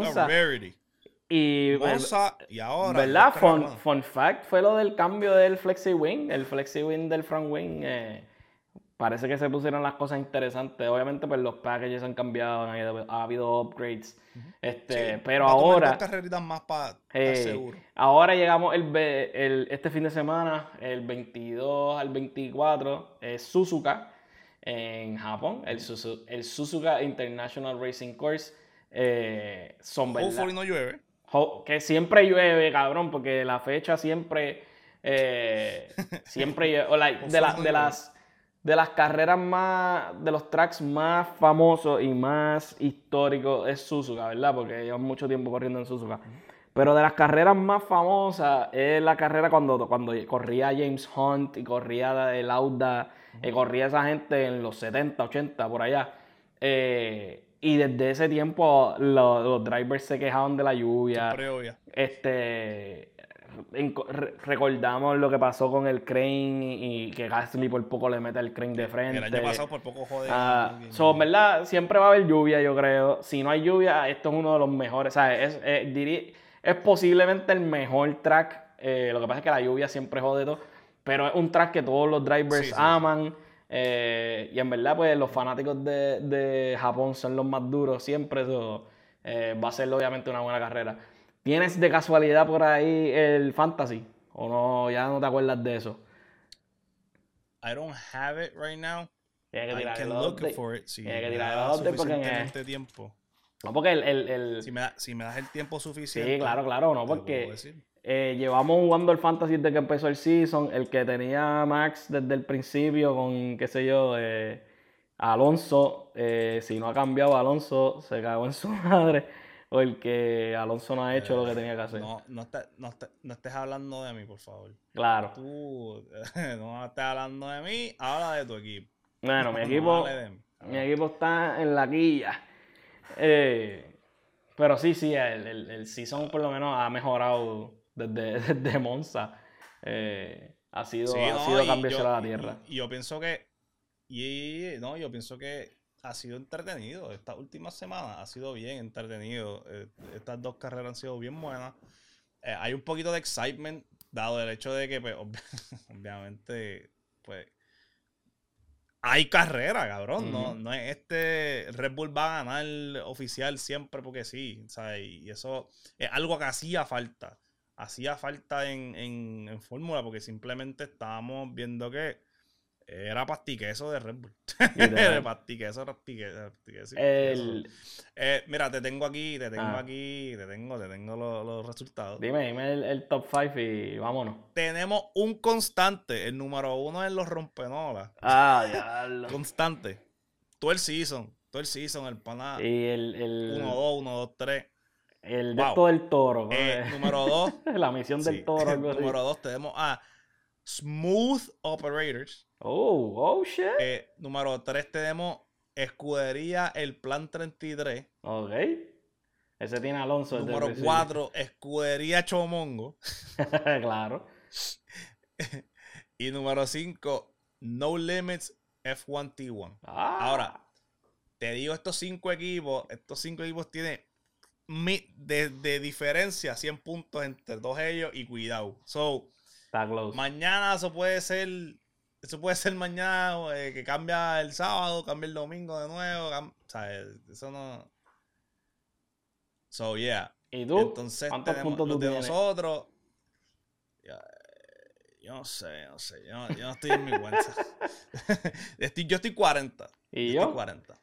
[SPEAKER 2] Y
[SPEAKER 1] Monza y ahora.
[SPEAKER 2] ¿Verdad? Fun fact fue lo del cambio del Flexi Wing. El Flexi Wing del front wing. Parece que se pusieron las cosas interesantes. Obviamente, pues los packages han cambiado, ha habido upgrades. Pero ahora.
[SPEAKER 1] 2 carreritas más para estar seguro.
[SPEAKER 2] Ahora llegamos este fin de semana, el 22 al 24, Suzuka. en Japón, el Suzuka International Racing Course. Son verdad.
[SPEAKER 1] Hopefully no llueve.
[SPEAKER 2] Que siempre llueve, cabrón, porque la fecha siempre llueve. O de las carreras más, de los tracks más famosos y más históricos es Suzuka, ¿verdad? Porque llevan mucho tiempo corriendo en Suzuka. Pero de las carreras más famosas es la carrera cuando corría James Hunt y corría el Lauda, corría esa gente en los 70, 80, por allá. Y desde ese tiempo los drivers se quejaban de la lluvia.
[SPEAKER 1] Siempre obvia.
[SPEAKER 2] Recordamos lo que pasó con el crane y que Gasly por poco le mete el crane de frente.
[SPEAKER 1] El año pasado por poco jode.
[SPEAKER 2] ¿Verdad? Siempre va a haber lluvia, yo creo. Si no hay lluvia, esto es uno de los mejores. O sea, es posiblemente el mejor track. Lo que pasa es que la lluvia siempre jode todo. Pero es un track que todos los drivers aman. Y en verdad, pues los fanáticos de Japón son los más duros siempre. Eso va a ser obviamente una buena carrera. ¿Tienes de casualidad por ahí el Fantasy? ¿O no? ¿Ya no te acuerdas de eso?
[SPEAKER 1] I don't have it right now.
[SPEAKER 2] Tienes que
[SPEAKER 1] I can look for it. Si me
[SPEAKER 2] da
[SPEAKER 1] suficientemente tiempo.
[SPEAKER 2] No, porque
[SPEAKER 1] Si me das el tiempo suficiente.
[SPEAKER 2] Sí, claro, no, porque llevamos jugando el Fantasy desde que empezó el season. El que tenía Max desde el principio con, qué sé yo, Alonso. Si no ha cambiado Alonso, se cagó en su madre. O el que Alonso no ha hecho lo que tenía que hacer.
[SPEAKER 1] No estés hablando de mí, por favor.
[SPEAKER 2] Claro.
[SPEAKER 1] Tú no estés hablando de mí, habla de tu equipo.
[SPEAKER 2] Bueno, mi equipo está en la quilla. Pero sí, el season por lo menos ha mejorado desde Monza. Ha sido cambio a la tierra.
[SPEAKER 1] Y yo pienso que ha sido entretenido. Estas últimas semanas ha sido bien entretenido. Estas dos carreras han sido bien buenas. Hay un poquito de excitement, dado el hecho de que, pues, obviamente, pues, hay carrera, cabrón. No es Red Bull va a ganar oficial siempre porque sí. ¿Sabes? Y eso es algo que hacía falta. Hacía falta en Fórmula porque simplemente estábamos viendo que era pastiqueso de Red Bull. pastiqueso. Mira, te tengo los resultados.
[SPEAKER 2] Dime el top 5 y vámonos.
[SPEAKER 1] Tenemos un constante, el número 1 en los rompenolas.
[SPEAKER 2] Diablo.
[SPEAKER 1] Constante. Todo el season, el pana.
[SPEAKER 2] Y el
[SPEAKER 1] 1-2, 1-2-3.
[SPEAKER 2] El de todo el toro.
[SPEAKER 1] Número 2.
[SPEAKER 2] La misión del toro.
[SPEAKER 1] Número 2 tenemos a Smooth Operators.
[SPEAKER 2] Oh shit.
[SPEAKER 1] Número 3 tenemos Escudería El Plan 33.
[SPEAKER 2] Ok. Ese tiene Alonso.
[SPEAKER 1] Número 4, Escudería Chomongo.
[SPEAKER 2] Claro.
[SPEAKER 1] Y número 5, No Limits F1 T1. Ahora, te digo, estos cinco equipos tienen de diferencia 100 puntos entre todos ellos y cuidado.
[SPEAKER 2] Está close.
[SPEAKER 1] Mañana eso puede ser mañana que cambia el sábado, cambia el domingo de nuevo. O sea, eso no. So, yeah.
[SPEAKER 2] ¿Y tú?
[SPEAKER 1] Entonces
[SPEAKER 2] ¿Cuántos
[SPEAKER 1] tenemos
[SPEAKER 2] puntos
[SPEAKER 1] los
[SPEAKER 2] tú
[SPEAKER 1] de
[SPEAKER 2] tienes?
[SPEAKER 1] nosotros. Yo no sé. Yo no estoy en mi cuenta. Yo estoy 40.
[SPEAKER 2] ¿Y yo?
[SPEAKER 1] Estoy 40.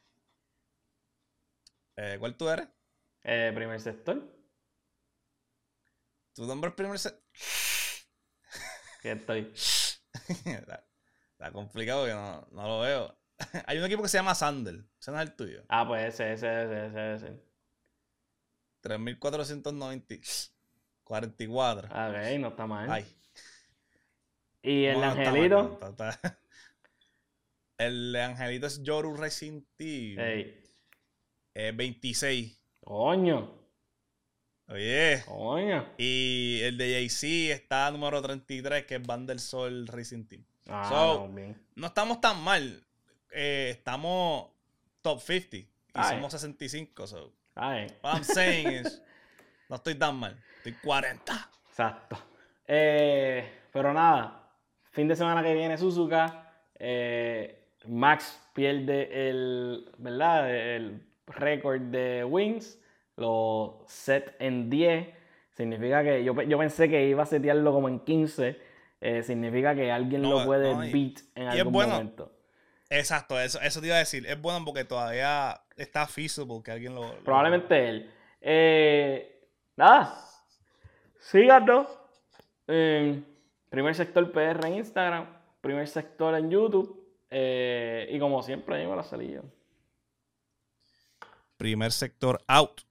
[SPEAKER 1] ¿Cuál tú eres?
[SPEAKER 2] Primer sector.
[SPEAKER 1] ¿Tu nombre es primer sector?
[SPEAKER 2] ¿Qué estoy?
[SPEAKER 1] Está complicado que no lo veo. Hay un equipo que se llama Sandel. ¿Ese no es el tuyo?
[SPEAKER 2] Pues ese.
[SPEAKER 1] 3.490. 44.
[SPEAKER 2] Ok, no está mal.
[SPEAKER 1] Ay.
[SPEAKER 2] ¿Y el Angelito?
[SPEAKER 1] El Angelito es Yoru Racing Team. 26.
[SPEAKER 2] Coño.
[SPEAKER 1] Oye.
[SPEAKER 2] Coño.
[SPEAKER 1] Y el de JC está número 33, que es Van der Sol Racing Team. No estamos tan mal. Estamos top 50. Y somos 65. What I'm saying is, no estoy tan mal. Estoy 40.
[SPEAKER 2] Exacto. Pero nada. Fin de semana que viene Suzuka. Max pierde el récord de wins. Lo set en 10. Significa que yo pensé que iba a setearlo como en 15. Significa que alguien lo puede beat en algún momento.
[SPEAKER 1] Exacto, eso te iba a decir. Es bueno porque todavía está feasible que alguien lo...
[SPEAKER 2] Probablemente él. Nada, síganos. Primer Sector PR en Instagram, Primer Sector en YouTube. Y como siempre, ahí me la salí yo.
[SPEAKER 1] Primer sector out.